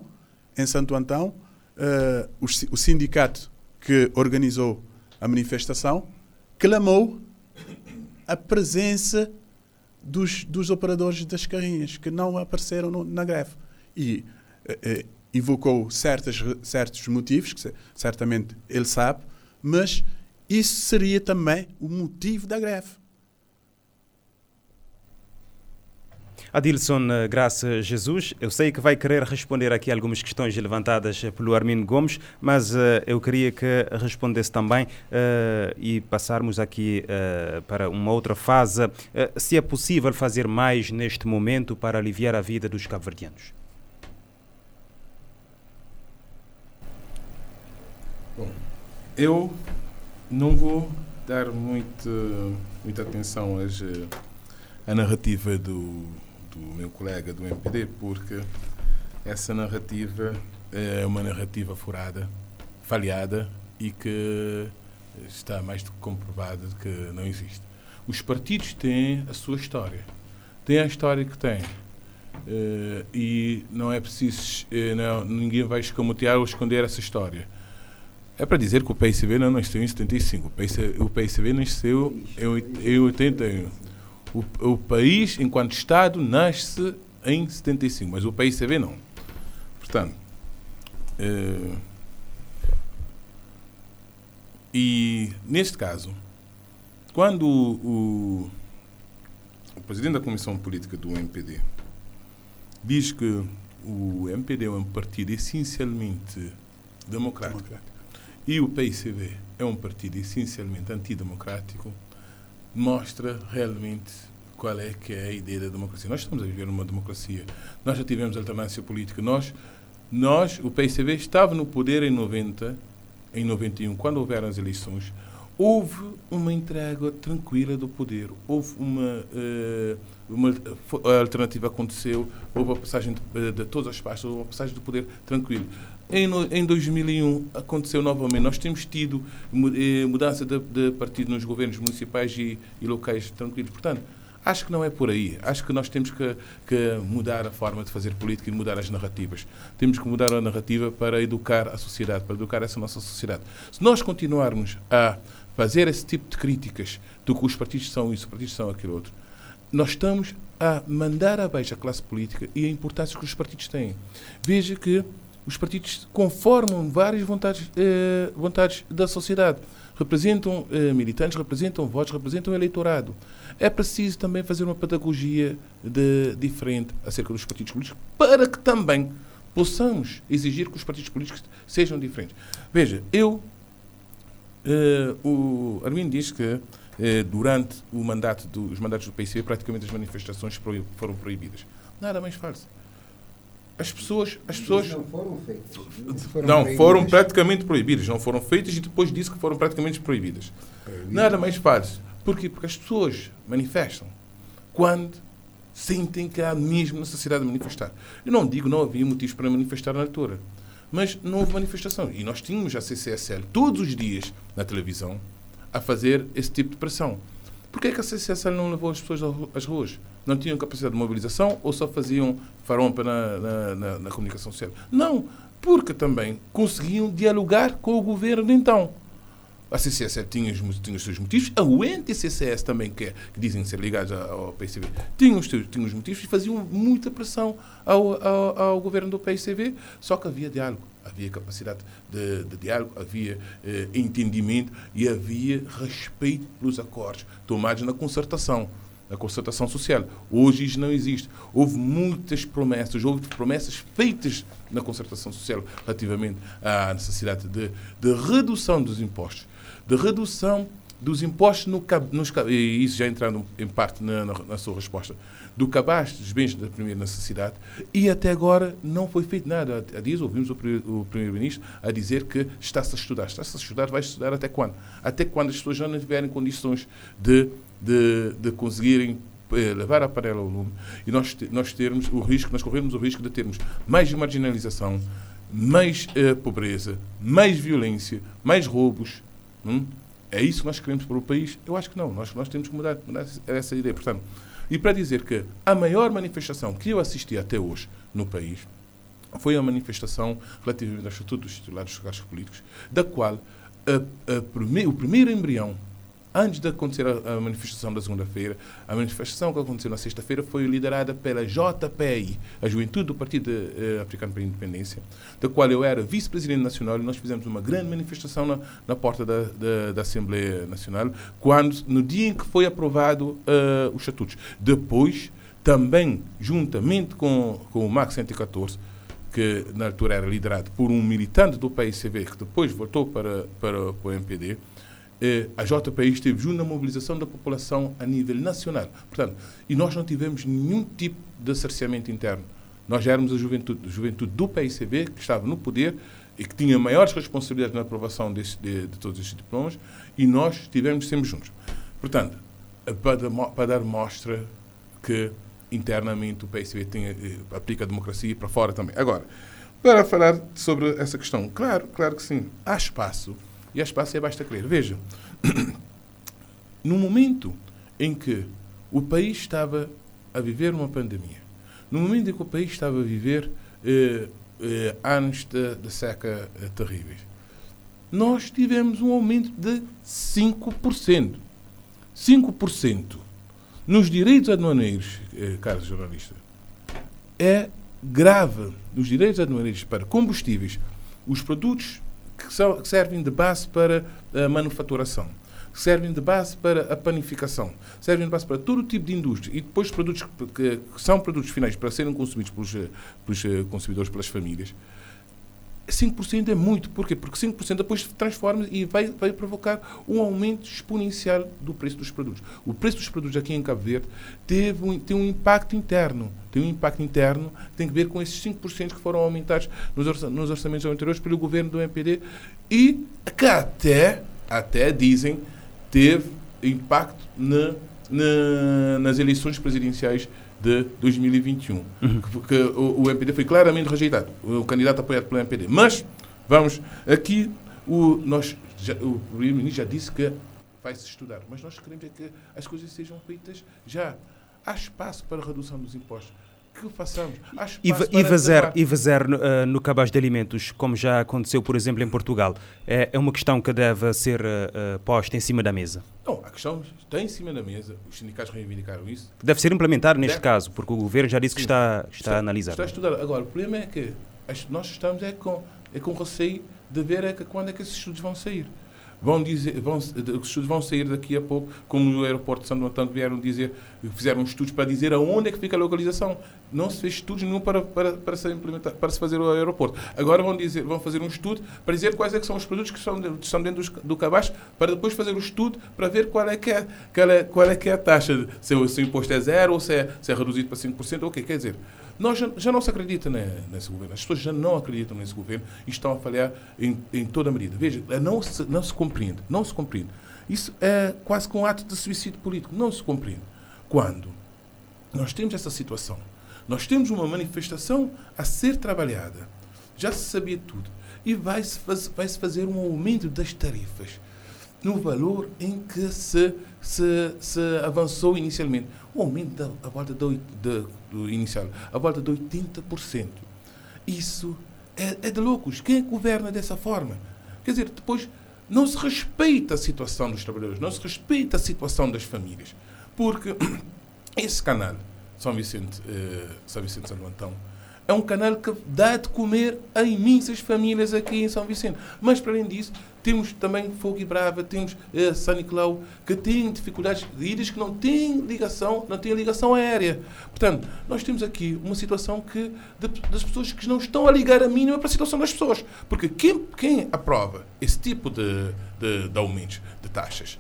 Speaker 3: o sindicato que organizou a manifestação clamou a presença dos operadores das carrinhas, que não apareceram na greve. E evocou certos motivos, que certamente ele sabe, mas isso seria também o motivo da greve.
Speaker 2: Adilson Graça Jesus, eu sei que vai querer responder aqui algumas questões levantadas pelo Armindo Gomes, mas eu queria que respondesse também e passarmos aqui para uma outra fase, se é possível fazer mais neste momento para aliviar a vida dos cabo-verdianos.
Speaker 4: Bom, eu não vou dar muita atenção à narrativa do meu colega do MPD, porque essa narrativa é uma narrativa furada, falhada e que está mais do que comprovada de que não existe. Os partidos têm a sua história, têm a história que têm, e não é preciso, ninguém vai escamotear ou esconder essa história. É para dizer que o PICB não nasceu em 75, o PICB nasceu em 81. O país, enquanto Estado, nasce em 75, mas o PICB não. Portanto, e neste caso, quando o presidente da Comissão Política do MPD diz que o MPD é um partido essencialmente democrático e o PICB é um partido essencialmente antidemocrático, mostra realmente qual é que é a ideia da democracia. Nós estamos a viver numa democracia. Nós já tivemos alternância política. Nós, o PICB estava no poder em 90, em 91, quando houveram as eleições. Houve uma entrega tranquila do poder. Houve a alternativa aconteceu. Houve a passagem de todas as pastas. Houve a passagem do poder tranquilo. Em 2001 aconteceu novamente. Nós temos tido mudança de partido nos governos municipais e locais tranquilos. Portanto, acho que não é por aí. Acho que nós temos que mudar a forma de fazer política e mudar as narrativas. Temos que mudar a narrativa para educar a sociedade, para educar essa nossa sociedade. Se nós continuarmos a fazer esse tipo de críticas do que os partidos são isso, os partidos são aquilo outro, nós estamos a mandar abaixo a classe política e a importância que os partidos têm. Veja que os partidos conformam várias vontades da sociedade. Representam militantes, representam votos, representam eleitorado. É preciso também fazer uma pedagogia diferente acerca dos partidos políticos para que também possamos exigir que os partidos políticos sejam diferentes. Veja, o Armindo diz que durante os mandatos do PICB praticamente as manifestações foram proibidas. Nada mais falso. As pessoas
Speaker 5: não foram feitas.
Speaker 4: Não, foram praticamente proibidas. Não foram feitas e depois disse que foram praticamente proibidas. Nada mais falso. Porquê? Porque as pessoas manifestam quando sentem que há mesmo necessidade de manifestar. Eu não digo que não havia motivos para manifestar na altura, mas não houve manifestação. E nós tínhamos a CCSL todos os dias na televisão a fazer esse tipo de pressão. Porquê que a CCSL não levou as pessoas às ruas? Não tinham capacidade de mobilização ou só faziam farompa na comunicação social? Não, porque também conseguiam dialogar com o governo de então. A CCS tinha os seus motivos, a UNT-CCS também, que dizem ser ligados ao PICB, tinha os motivos e faziam muita pressão ao governo do PICB, só que havia diálogo, havia capacidade de diálogo, havia entendimento e havia respeito pelos acordos tomados na concertação social. Hoje isso não existe. Houve muitas promessas, houve promessas feitas na concertação social relativamente à necessidade de redução dos impostos. De redução dos impostos e isso já entrando em parte na sua resposta, do cabaz dos bens da primeira necessidade, e até agora não foi feito nada. Há dias ouvimos o Primeiro-Ministro a dizer que está-se a estudar. Está-se a estudar, vai estudar até quando? Até quando as pessoas já não tiverem condições de conseguirem levar a panela ao lume e nós corremos o risco de termos mais marginalização, mais pobreza, mais violência, mais roubos. É isso que nós queremos para o país? Eu acho que não. Nós temos que mudar essa ideia. Portanto, E para dizer que a maior manifestação que eu assisti até hoje no país foi a manifestação relativamente ao Estatuto dos Titulares dos Cargos Políticos, da qual o primeiro embrião, antes de acontecer a manifestação da segunda-feira, a manifestação que aconteceu na sexta-feira foi liderada pela JPI, a Juventude do Partido Africano para a Independência, da qual eu era vice-presidente nacional, e nós fizemos uma grande manifestação na porta da Assembleia Nacional, no dia em que foi aprovado os estatutos. Depois, também, juntamente com o MAC 114, que na altura era liderado por um militante do PAICV, que depois voltou para o MPD, a JPI esteve junto na mobilização da população a nível nacional. Portanto, e nós não tivemos nenhum tipo de cerceamento interno. Nós éramos a juventude do PAICV, que estava no poder e que tinha maiores responsabilidades na aprovação de todos estes diplomas, e nós estivemos sempre juntos. Portanto, para dar mostra que internamente o PAICV aplica a democracia e para fora também. Agora, para falar sobre essa questão, claro que sim, há espaço. E há espaço e basta querer. Veja, no momento em que o país estava a viver uma pandemia, no momento em que o país estava a viver anos de seca terríveis, nós tivemos um aumento de 5%. 5% nos direitos aduaneiros, caros jornalistas, é grave. Nos direitos aduaneiros para combustíveis, os produtos que servem de base para a manufaturação, que servem de base para a panificação, servem de base para todo tipo de indústria, e depois produtos que são produtos finais para serem consumidos pelos consumidores, pelas famílias. 5% é muito. Porquê? Porque 5% depois transforma e vai provocar um aumento exponencial do preço dos produtos. O preço dos produtos aqui em Cabo Verde tem um impacto interno. Tem um impacto interno que tem a ver com esses 5% que foram aumentados nos orçamentos anteriores pelo governo do MPD e que até dizem, teve impacto nas eleições presidenciais de 2021, que o MPD foi claramente rejeitado, o candidato apoiado pelo MPD. Mas, vamos, aqui o primeiro-ministro já disse que vai-se estudar, mas nós queremos é que as coisas sejam feitas já. Há espaço para a redução dos impostos. Que façamos.
Speaker 2: E vazar no cabaz de alimentos, como já aconteceu, por exemplo, em Portugal, é uma questão que deve ser posta em cima da mesa?
Speaker 4: Não, a questão está em cima da mesa. Os sindicatos reivindicaram isso.
Speaker 2: Deve ser implementado neste caso, porque o governo já disse que está a analisar.
Speaker 4: Está a estudar. Agora, o problema é que nós estamos com receio de ver quando é que esses estudos vão sair. Os estudos vão sair daqui a pouco, como no aeroporto de Santo Antão, fizeram estudos para dizer aonde é que fica a localização. Não se fez estudos nenhum para ser implementado, para se fazer o aeroporto. Agora vão fazer um estudo para dizer quais é que são os produtos que estão dentro do cabaz, para depois fazer o estudo para ver qual é que é a taxa, se o imposto é zero ou se é reduzido para 5%, ok, quer dizer. Nós já não se acredita nesse governo. As pessoas já não acreditam nesse governo e estão a falhar em toda a medida. Veja, não se compreende. Não se compreende. Isso é quase que um ato de suicídio político. Não se compreende. Quando nós temos essa situação, nós temos uma manifestação a ser trabalhada, já se sabia tudo, e vai-se fazer um aumento das tarifas no valor em que se avançou inicialmente. Um aumento à volta do inicial, à volta de 80%. Isso é de loucos. Quem governa dessa forma? Quer dizer, depois não se respeita a situação dos trabalhadores, não se respeita a situação das famílias. Porque esse canal, São Vicente Santo Antão, é um canal que dá de comer a imensas famílias aqui em São Vicente. Mas, para além disso, temos também Fogo e Brava, temos São Nicolau, que têm dificuldades de ilhas que não têm ligação aérea. Portanto, nós temos aqui uma situação das pessoas que não estão a ligar a mínima para a situação das pessoas. Porque quem aprova esse tipo de aumentos de taxas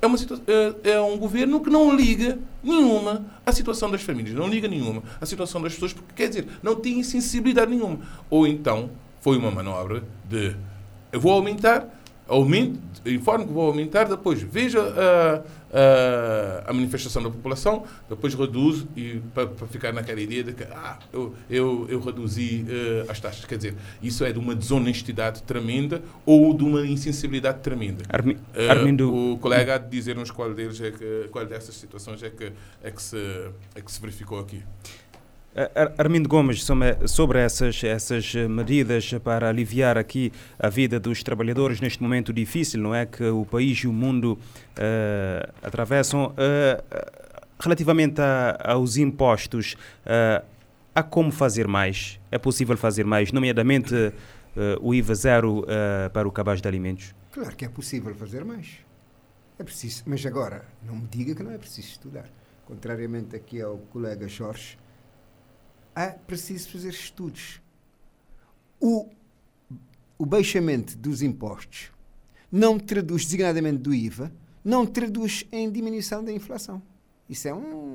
Speaker 4: é um governo que não liga nenhuma à situação das famílias, não liga nenhuma à situação das pessoas, porque, quer dizer, não tem sensibilidade nenhuma. Ou então foi uma manobra de eu vou aumentar, informe que vou aumentar, depois veja a manifestação da população, depois reduz e para ficar naquela ideia de que eu reduzi as taxas. Quer dizer, isso é de uma desonestidade tremenda ou de uma insensibilidade tremenda.
Speaker 2: Armindo...
Speaker 4: O colega há de dizer-nos qual dessas situações é que se verificou aqui.
Speaker 2: Armindo Gomes, sobre essas medidas para aliviar aqui a vida dos trabalhadores neste momento difícil, não é, que o país e o mundo atravessam, relativamente aos impostos, há como fazer mais? É possível fazer mais, nomeadamente o IVA zero para o cabaz de alimentos?
Speaker 5: Claro que é possível fazer mais. É preciso, mas agora, não me diga que não é preciso estudar. Contrariamente aqui ao colega Jorge, é preciso fazer estudos. O baixamento dos impostos não traduz, designadamente do IVA, não traduz em diminuição da inflação. Isso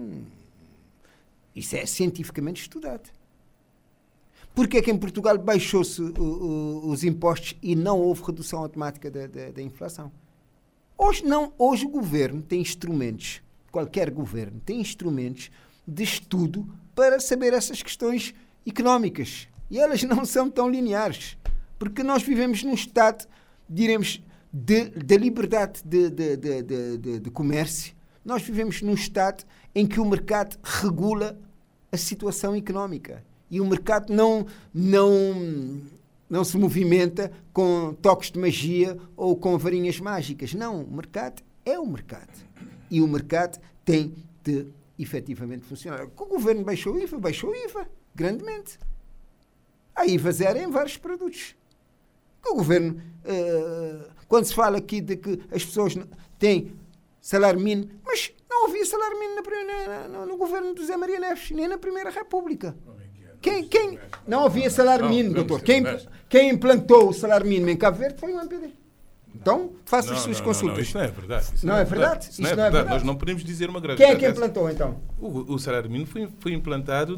Speaker 5: é cientificamente estudado. Porquê é que em Portugal baixou-se os impostos e não houve redução automática da inflação? Hoje o governo tem instrumentos, qualquer governo tem instrumentos de estudo para saber essas questões económicas. E elas não são tão lineares. Porque nós vivemos num estado, diremos, de liberdade de comércio. Nós vivemos num estado em que o mercado regula a situação económica. E o mercado não se movimenta com toques de magia ou com varinhas mágicas. Não, o mercado é o mercado. E o mercado tem de efetivamente funcionar. O governo baixou o IVA, grandemente. Há IVA zero em vários produtos. O governo, quando se fala aqui de que as pessoas têm salário mínimo, mas não havia salário mínimo no governo do Zé Maria Neves, nem na Primeira República. Quem não havia salário mínimo, doutor? Quem implantou o salário mínimo em Cabo Verde foi o MPD. Então, faça as suas consultas.
Speaker 4: Não, isto não é verdade.
Speaker 5: Não é verdade?
Speaker 4: Isto não é verdade. Nós não podemos dizer uma grande
Speaker 5: Quem é que implantou, então?
Speaker 4: O salário mínimo foi implantado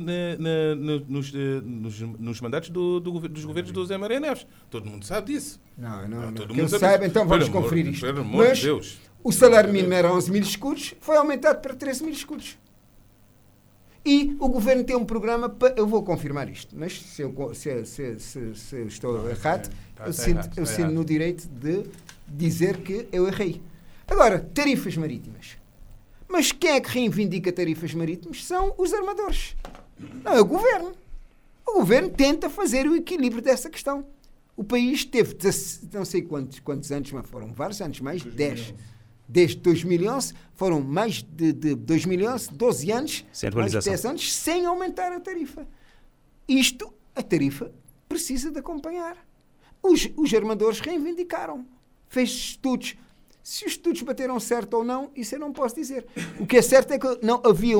Speaker 4: nos mandatos dos governos do Zé Maria Neves. Todo mundo sabe disso.
Speaker 5: Não. Quem sabe, então vamos conferir isto.
Speaker 4: Pelo amor de Deus.
Speaker 5: O salário mínimo era 11 mil escudos, foi aumentado para 13 mil escudos. E o governo tem um programa para... Eu vou confirmar isto, mas se eu estou errado, eu sinto no direito de dizer que eu errei. Agora, tarifas marítimas. Mas quem é que reivindica tarifas marítimas? São os armadores. Não é o governo. O governo tenta fazer o equilíbrio dessa questão. O país teve, não sei quantos anos, mas foram vários anos, mais de 10. Desde 2011, foram mais de 2011, 12 anos, mais de 10 anos, sem aumentar a tarifa. A tarifa precisa de acompanhar. Os armadores reivindicaram. Fez estudos. Se os estudos bateram certo ou não, isso eu não posso dizer. O que é certo é que não havia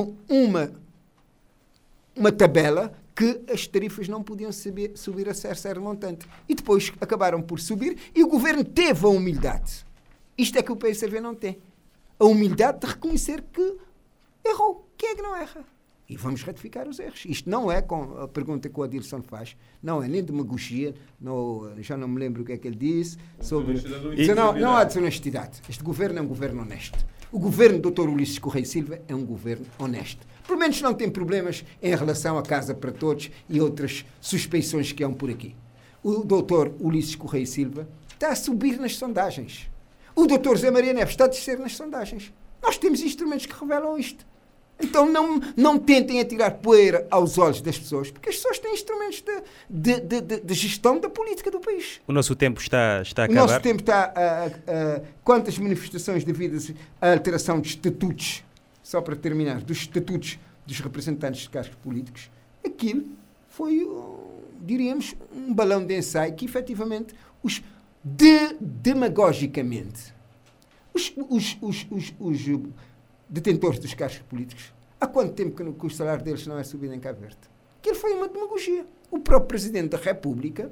Speaker 5: uma tabela que as tarifas não podiam subir a certo montante. E depois acabaram por subir e o governo teve a humildade. Isto é que o PSV não tem. A humildade de reconhecer que errou. Quem é que não erra? E vamos ratificar os erros. Isto não é com a pergunta que o Adilson faz. Não é nem demagogia. Já não me lembro o que é que ele disse. Não há desonestidade. Este governo é um governo honesto. O governo do Dr. Ulisses Correia Silva é um governo honesto. Pelo menos não tem problemas em relação à Casa para Todos e outras suspeições que há por aqui. O Dr. Ulisses Correia Silva está a subir nas sondagens. O Dr. Zé Maria Neves está a descer nas sondagens. Nós temos instrumentos que revelam isto. Então não tentem atirar poeira aos olhos das pessoas, porque as pessoas têm instrumentos de gestão da política do país.
Speaker 2: O nosso tempo está a acabar.
Speaker 5: O nosso tempo está a quantas manifestações devidas à alteração de estatutos, só para terminar, dos estatutos dos representantes de cargos políticos, aquilo foi, diríamos, um balão de ensaio que efetivamente demagogicamente os detentores dos cargos políticos, há quanto tempo que o salário deles não é subido em Cabo Verde? Aquilo foi uma demagogia. O próprio Presidente da República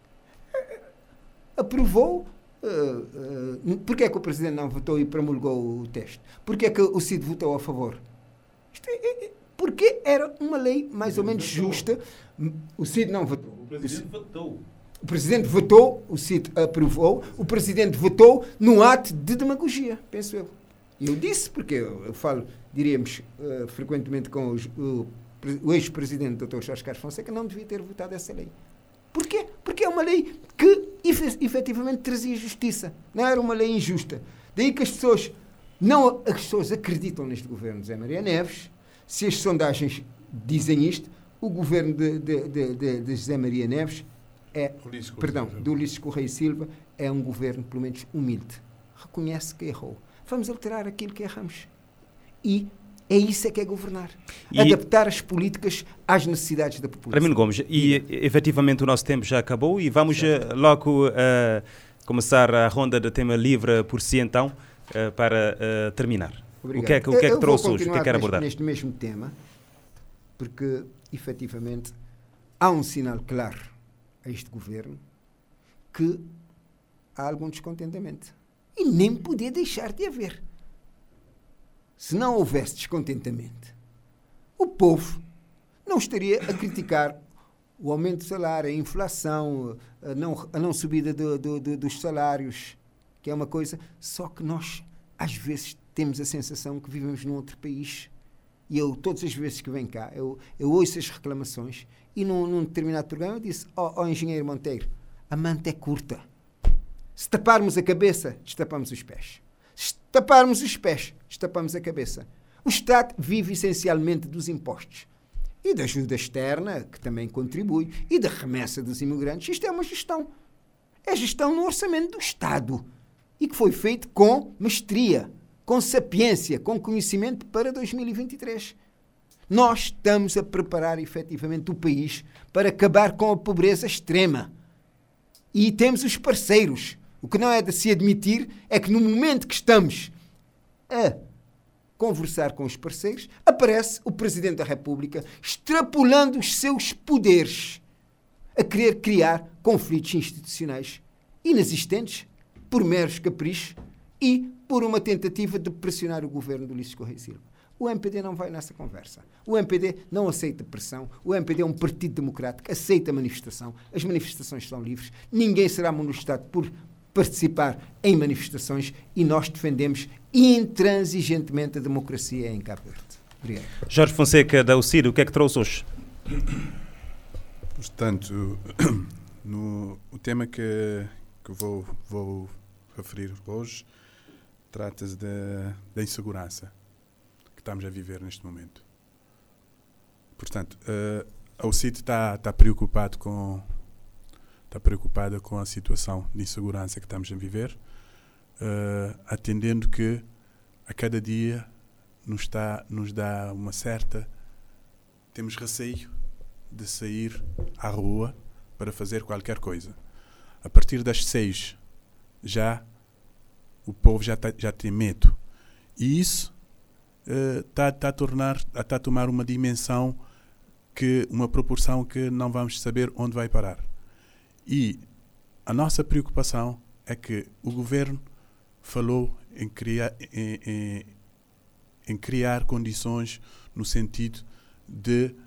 Speaker 5: aprovou. Porquê é que o Presidente não votou e promulgou o texto? Porquê é que o CID votou a favor? Porque era uma lei mais ou menos justa. O CID não votou.
Speaker 4: O Presidente votou.
Speaker 5: O Presidente votou, o CID aprovou, o Presidente votou num ato de demagogia, penso eu. E eu disse, porque eu falo, diríamos, frequentemente com o ex-presidente Dr. Jorge Carlos Fonseca, não devia ter votado essa lei. Porquê? Porque é uma lei que efetivamente trazia justiça. Não era uma lei injusta. Daí que as pessoas acreditam neste governo de Zé Maria Neves. Se as sondagens dizem isto, o governo de José Maria Neves do Ulisses Correia e Silva é um governo, pelo menos, humilde. Reconhece que errou. Vamos alterar aquilo que erramos. E é isso que é governar. Adaptar as políticas às necessidades da população.
Speaker 2: Ramiro Gomes, efetivamente o nosso tempo já acabou e vamos logo começar a ronda de tema livre por si, então, para terminar.
Speaker 5: Obrigado.
Speaker 2: O que é que trouxe hoje? O que é que quer abordar?
Speaker 5: Neste mesmo tema, porque, efetivamente, há um sinal claro a este governo que há algum descontentamento. E nem podia deixar de haver. Se não houvesse descontentamento, o povo não estaria a criticar o aumento do salário, a inflação, a não subida dos salários, que é uma coisa. Só que nós, às vezes, temos a sensação que vivemos num outro país. E eu, todas as vezes que venho cá, eu ouço as reclamações e num determinado programa eu disse, engenheiro Monteiro, a manta é curta. Se taparmos a cabeça, destapamos os pés. Se taparmos os pés, destapamos a cabeça. O Estado vive essencialmente dos impostos. E da ajuda externa, que também contribui, e da remessa dos imigrantes. Isto é uma gestão. É gestão no orçamento do Estado. E que foi feito com mestria, com sapiência, com conhecimento para 2023. Nós estamos a preparar efetivamente o país para acabar com a pobreza extrema. E temos os parceiros. O que não é de se admitir é que no momento que estamos a conversar com os parceiros, aparece o Presidente da República extrapolando os seus poderes a querer criar conflitos institucionais inexistentes por meros caprichos e por uma tentativa de pressionar o governo do Ulisses Correia e Silva. O MPD não vai nessa conversa. O MPD não aceita pressão. O MPD é um partido democrático, aceita a manifestação. As manifestações são livres. Ninguém será molestado por participar em manifestações e nós defendemos intransigentemente a democracia em Cabo Verde. Obrigado.
Speaker 2: Jorge Fonseca, da UCID, o que é que trouxe hoje?
Speaker 3: Portanto, o tema que vou referir hoje trata-se da insegurança que estamos a viver neste momento. Portanto, a UCID está preocupada com a situação de insegurança que estamos a viver, atendendo que a cada dia nos dá uma certa... Temos receio de sair à rua para fazer qualquer coisa. A partir das 6 o povo já tem medo. E isso está a tomar uma dimensão, uma proporção que não vamos saber onde vai parar. E a nossa preocupação é que o governo falou em criar condições no sentido de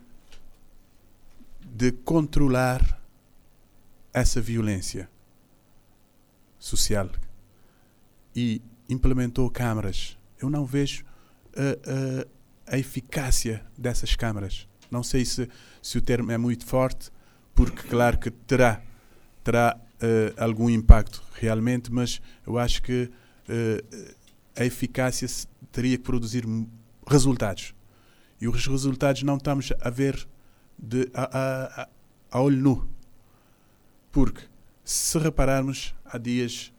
Speaker 3: controlar essa violência social e implementou câmaras. Eu não vejo a eficácia dessas câmaras. Não sei se o termo é muito forte, porque claro que terá algum impacto realmente, mas eu acho que a eficácia teria que produzir resultados. E os resultados não estamos a ver a olho nu. Porque, se repararmos, há dias,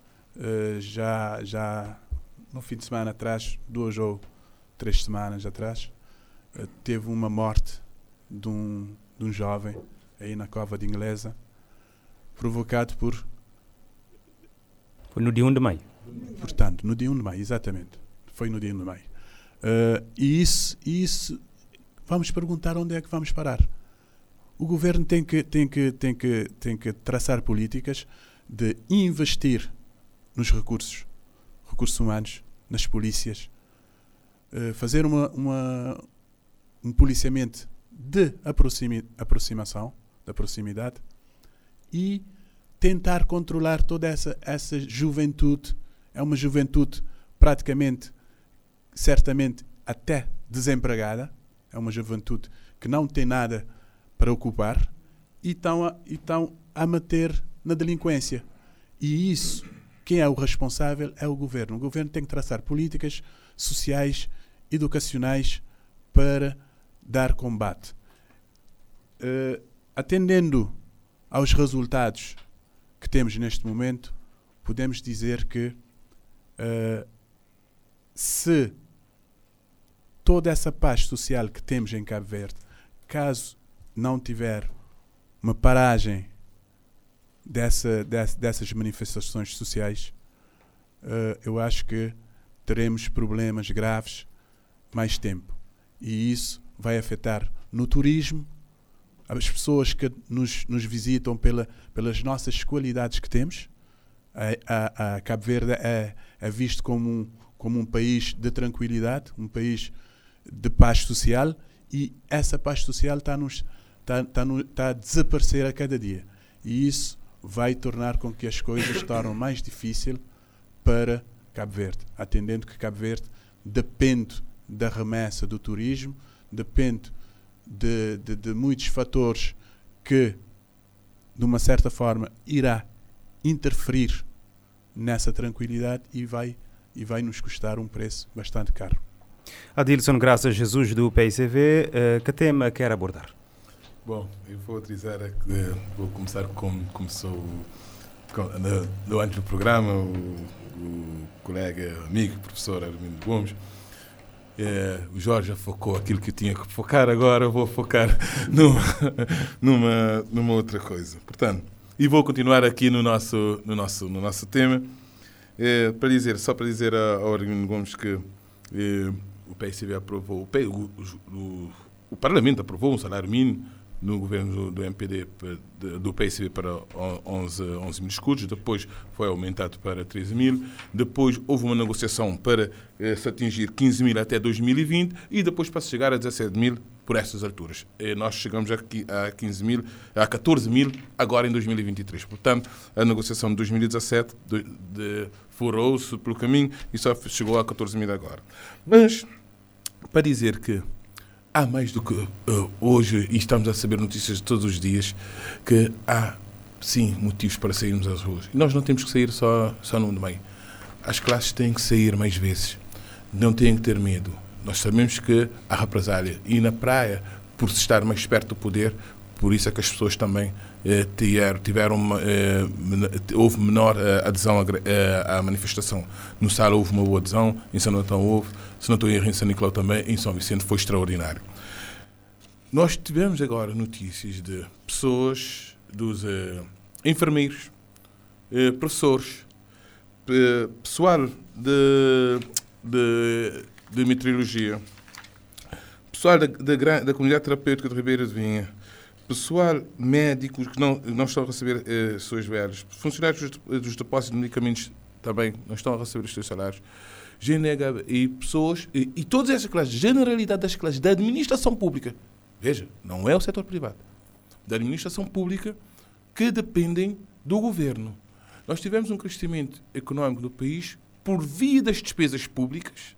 Speaker 3: já no fim de semana atrás, 2 ou 3 semanas atrás, teve uma morte de um jovem aí na Cova de Inglesa, provocado por...
Speaker 2: Foi no dia 1 de maio.
Speaker 3: Portanto, no dia 1 de maio, exatamente. Foi no dia 1 de maio. E isso, vamos perguntar onde é que vamos parar. O governo tem que traçar políticas de investir nos recursos humanos, nas polícias, fazer um policiamento de aproximação, da proximidade, e tentar controlar toda essa juventude. É uma juventude praticamente, certamente, até desempregada. É uma juventude que não tem nada para ocupar e estão a meter na delinquência. E isso, quem é o responsável é o governo. O governo tem que traçar políticas sociais, educacionais para dar combate. Atendendo aos resultados que temos neste momento, podemos dizer que se toda essa paz social que temos em Cabo Verde, caso não tiver uma paragem dessas manifestações sociais, eu acho que teremos problemas graves mais tempo. E isso vai afetar no turismo, as pessoas que nos visitam pelas nossas qualidades que temos. A Cabo Verde é visto como um país de tranquilidade, um país de paz social, e essa paz social está a desaparecer a cada dia. E isso vai tornar com que as coisas tornem mais difícil para Cabo Verde, atendendo que Cabo Verde depende da remessa do turismo, depende de muitos fatores que, de uma certa forma, irá interferir nessa tranquilidade e vai nos custar um preço bastante caro.
Speaker 2: Adilson Graça Jesus, do PICV, que tema quer abordar?
Speaker 4: Bom, eu vou utilizar, vou começar como começou antes do programa, o colega, amigo, professor Armindo Gomes. O Jorge já focou aquilo que eu tinha que focar, agora vou focar numa outra coisa. Portanto, e vou continuar aqui no nosso tema, só para dizer ao Armindo Gomes que o PSV aprovou, o Parlamento aprovou um salário mínimo no governo do MPD, do PSV, para 11 mil escudos, depois foi aumentado para 13 mil, depois houve uma negociação para se atingir 15 mil até 2020 e depois para se chegar a 17 mil por estas alturas. Nós chegamos aqui a 14 mil agora em 2023. Portanto, a negociação de 2017 furou-se pelo caminho e só chegou a 14 mil agora. Mas, para dizer que há mais do que hoje, e estamos a saber notícias de todos os dias, que há, sim, motivos para sairmos às ruas. E nós não temos que sair só no meio. As classes têm que sair mais vezes. Não têm que ter medo. Nós sabemos que há represália. E na praia, por se estar mais perto do poder, por isso é que as pessoas também houve menor adesão à manifestação. No Sal houve uma boa adesão, em São Antão houve, se não estou em erro, em São Nicolau também, em São Vicente foi extraordinário. Nós tivemos agora notícias de pessoas, dos enfermeiros, professores, pessoal de meteorologia, pessoal da comunidade terapêutica de Ribeira de Vinha, pessoal médicos que não estão a receber seus velhos, funcionários dos depósitos de medicamentos também não estão a receber os seus salários, GNH e pessoas, e todas essas classes, generalidade das classes da administração pública, veja, não é o setor privado, da administração pública, que dependem do governo. Nós tivemos um crescimento económico do país por via das despesas públicas,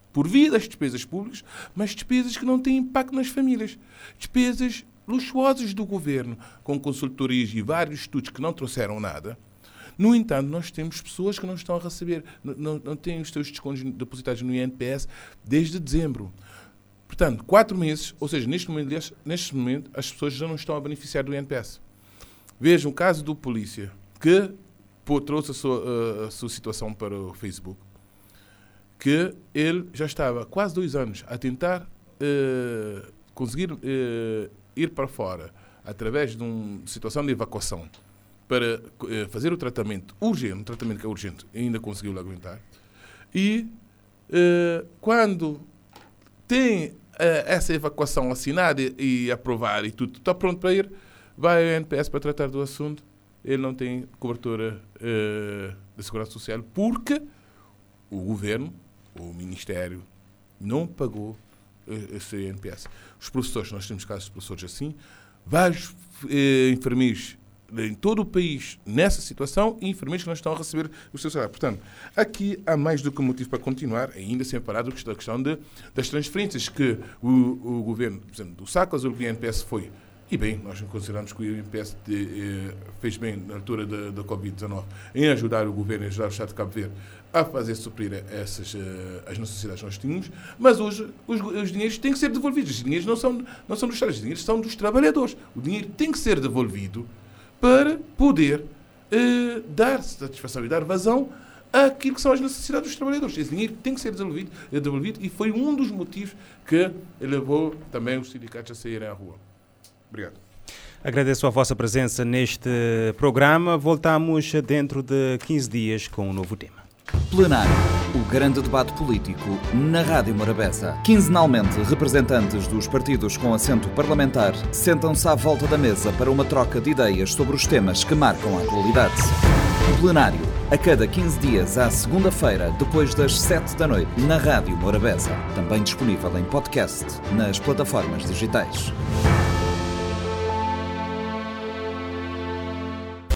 Speaker 4: mas despesas que não têm impacto nas famílias, despesas luxuosas do governo, com consultorias e vários estudos que não trouxeram nada. No entanto, nós temos pessoas que não estão a receber, não têm os seus descontos depositados no INPS desde dezembro. Portanto, 4 meses, ou seja, neste momento, as pessoas já não estão a beneficiar do INPS. Vejam o caso do polícia, que trouxe a sua situação para o Facebook, que ele já estava quase 2 anos a tentar conseguir ir para fora, através de uma situação de evacuação, para fazer o tratamento urgente, um tratamento que é urgente, ainda conseguiu aguentar. E quando tem essa evacuação assinada e aprovada e tudo está pronto para ir, vai ao INPS para tratar do assunto, ele não tem cobertura da Segurança Social, porque o governo, o Ministério, não pagou esse INPS. Os professores, nós temos casos de professores assim, vários enfermeiros em todo o país nessa situação e enfermeiros que não estão a receber o seu salário. Portanto, aqui há mais do que um motivo para continuar, ainda sem parar da questão das transferências que o governo, por exemplo, do SACAS ou do INPS foi. E bem, nós consideramos que o INPS fez bem na altura da Covid-19 em ajudar o governo, em ajudar o Estado de Cabo Verde a fazer suprir as necessidades que nós tínhamos, mas hoje os dinheiros têm que ser devolvidos. Os dinheiros não são dos Estados, os dinheiros são dos trabalhadores. O dinheiro tem que ser devolvido para poder dar satisfação e dar vazão àquilo que são as necessidades dos trabalhadores. Esse dinheiro tem que ser devolvido e foi um dos motivos que levou também os sindicatos a saírem à rua. Obrigado.
Speaker 2: Agradeço a vossa presença neste programa. Voltamos dentro de 15 dias com um novo tema.
Speaker 1: Plenário, o grande debate político na Rádio Morabeza. Quinzenalmente, representantes dos partidos com assento parlamentar sentam-se à volta da mesa para uma troca de ideias sobre os temas que marcam a atualidade. Plenário, a cada 15 dias, à segunda-feira, depois das 7 da noite, na Rádio Morabeza. Também disponível em podcast nas plataformas digitais.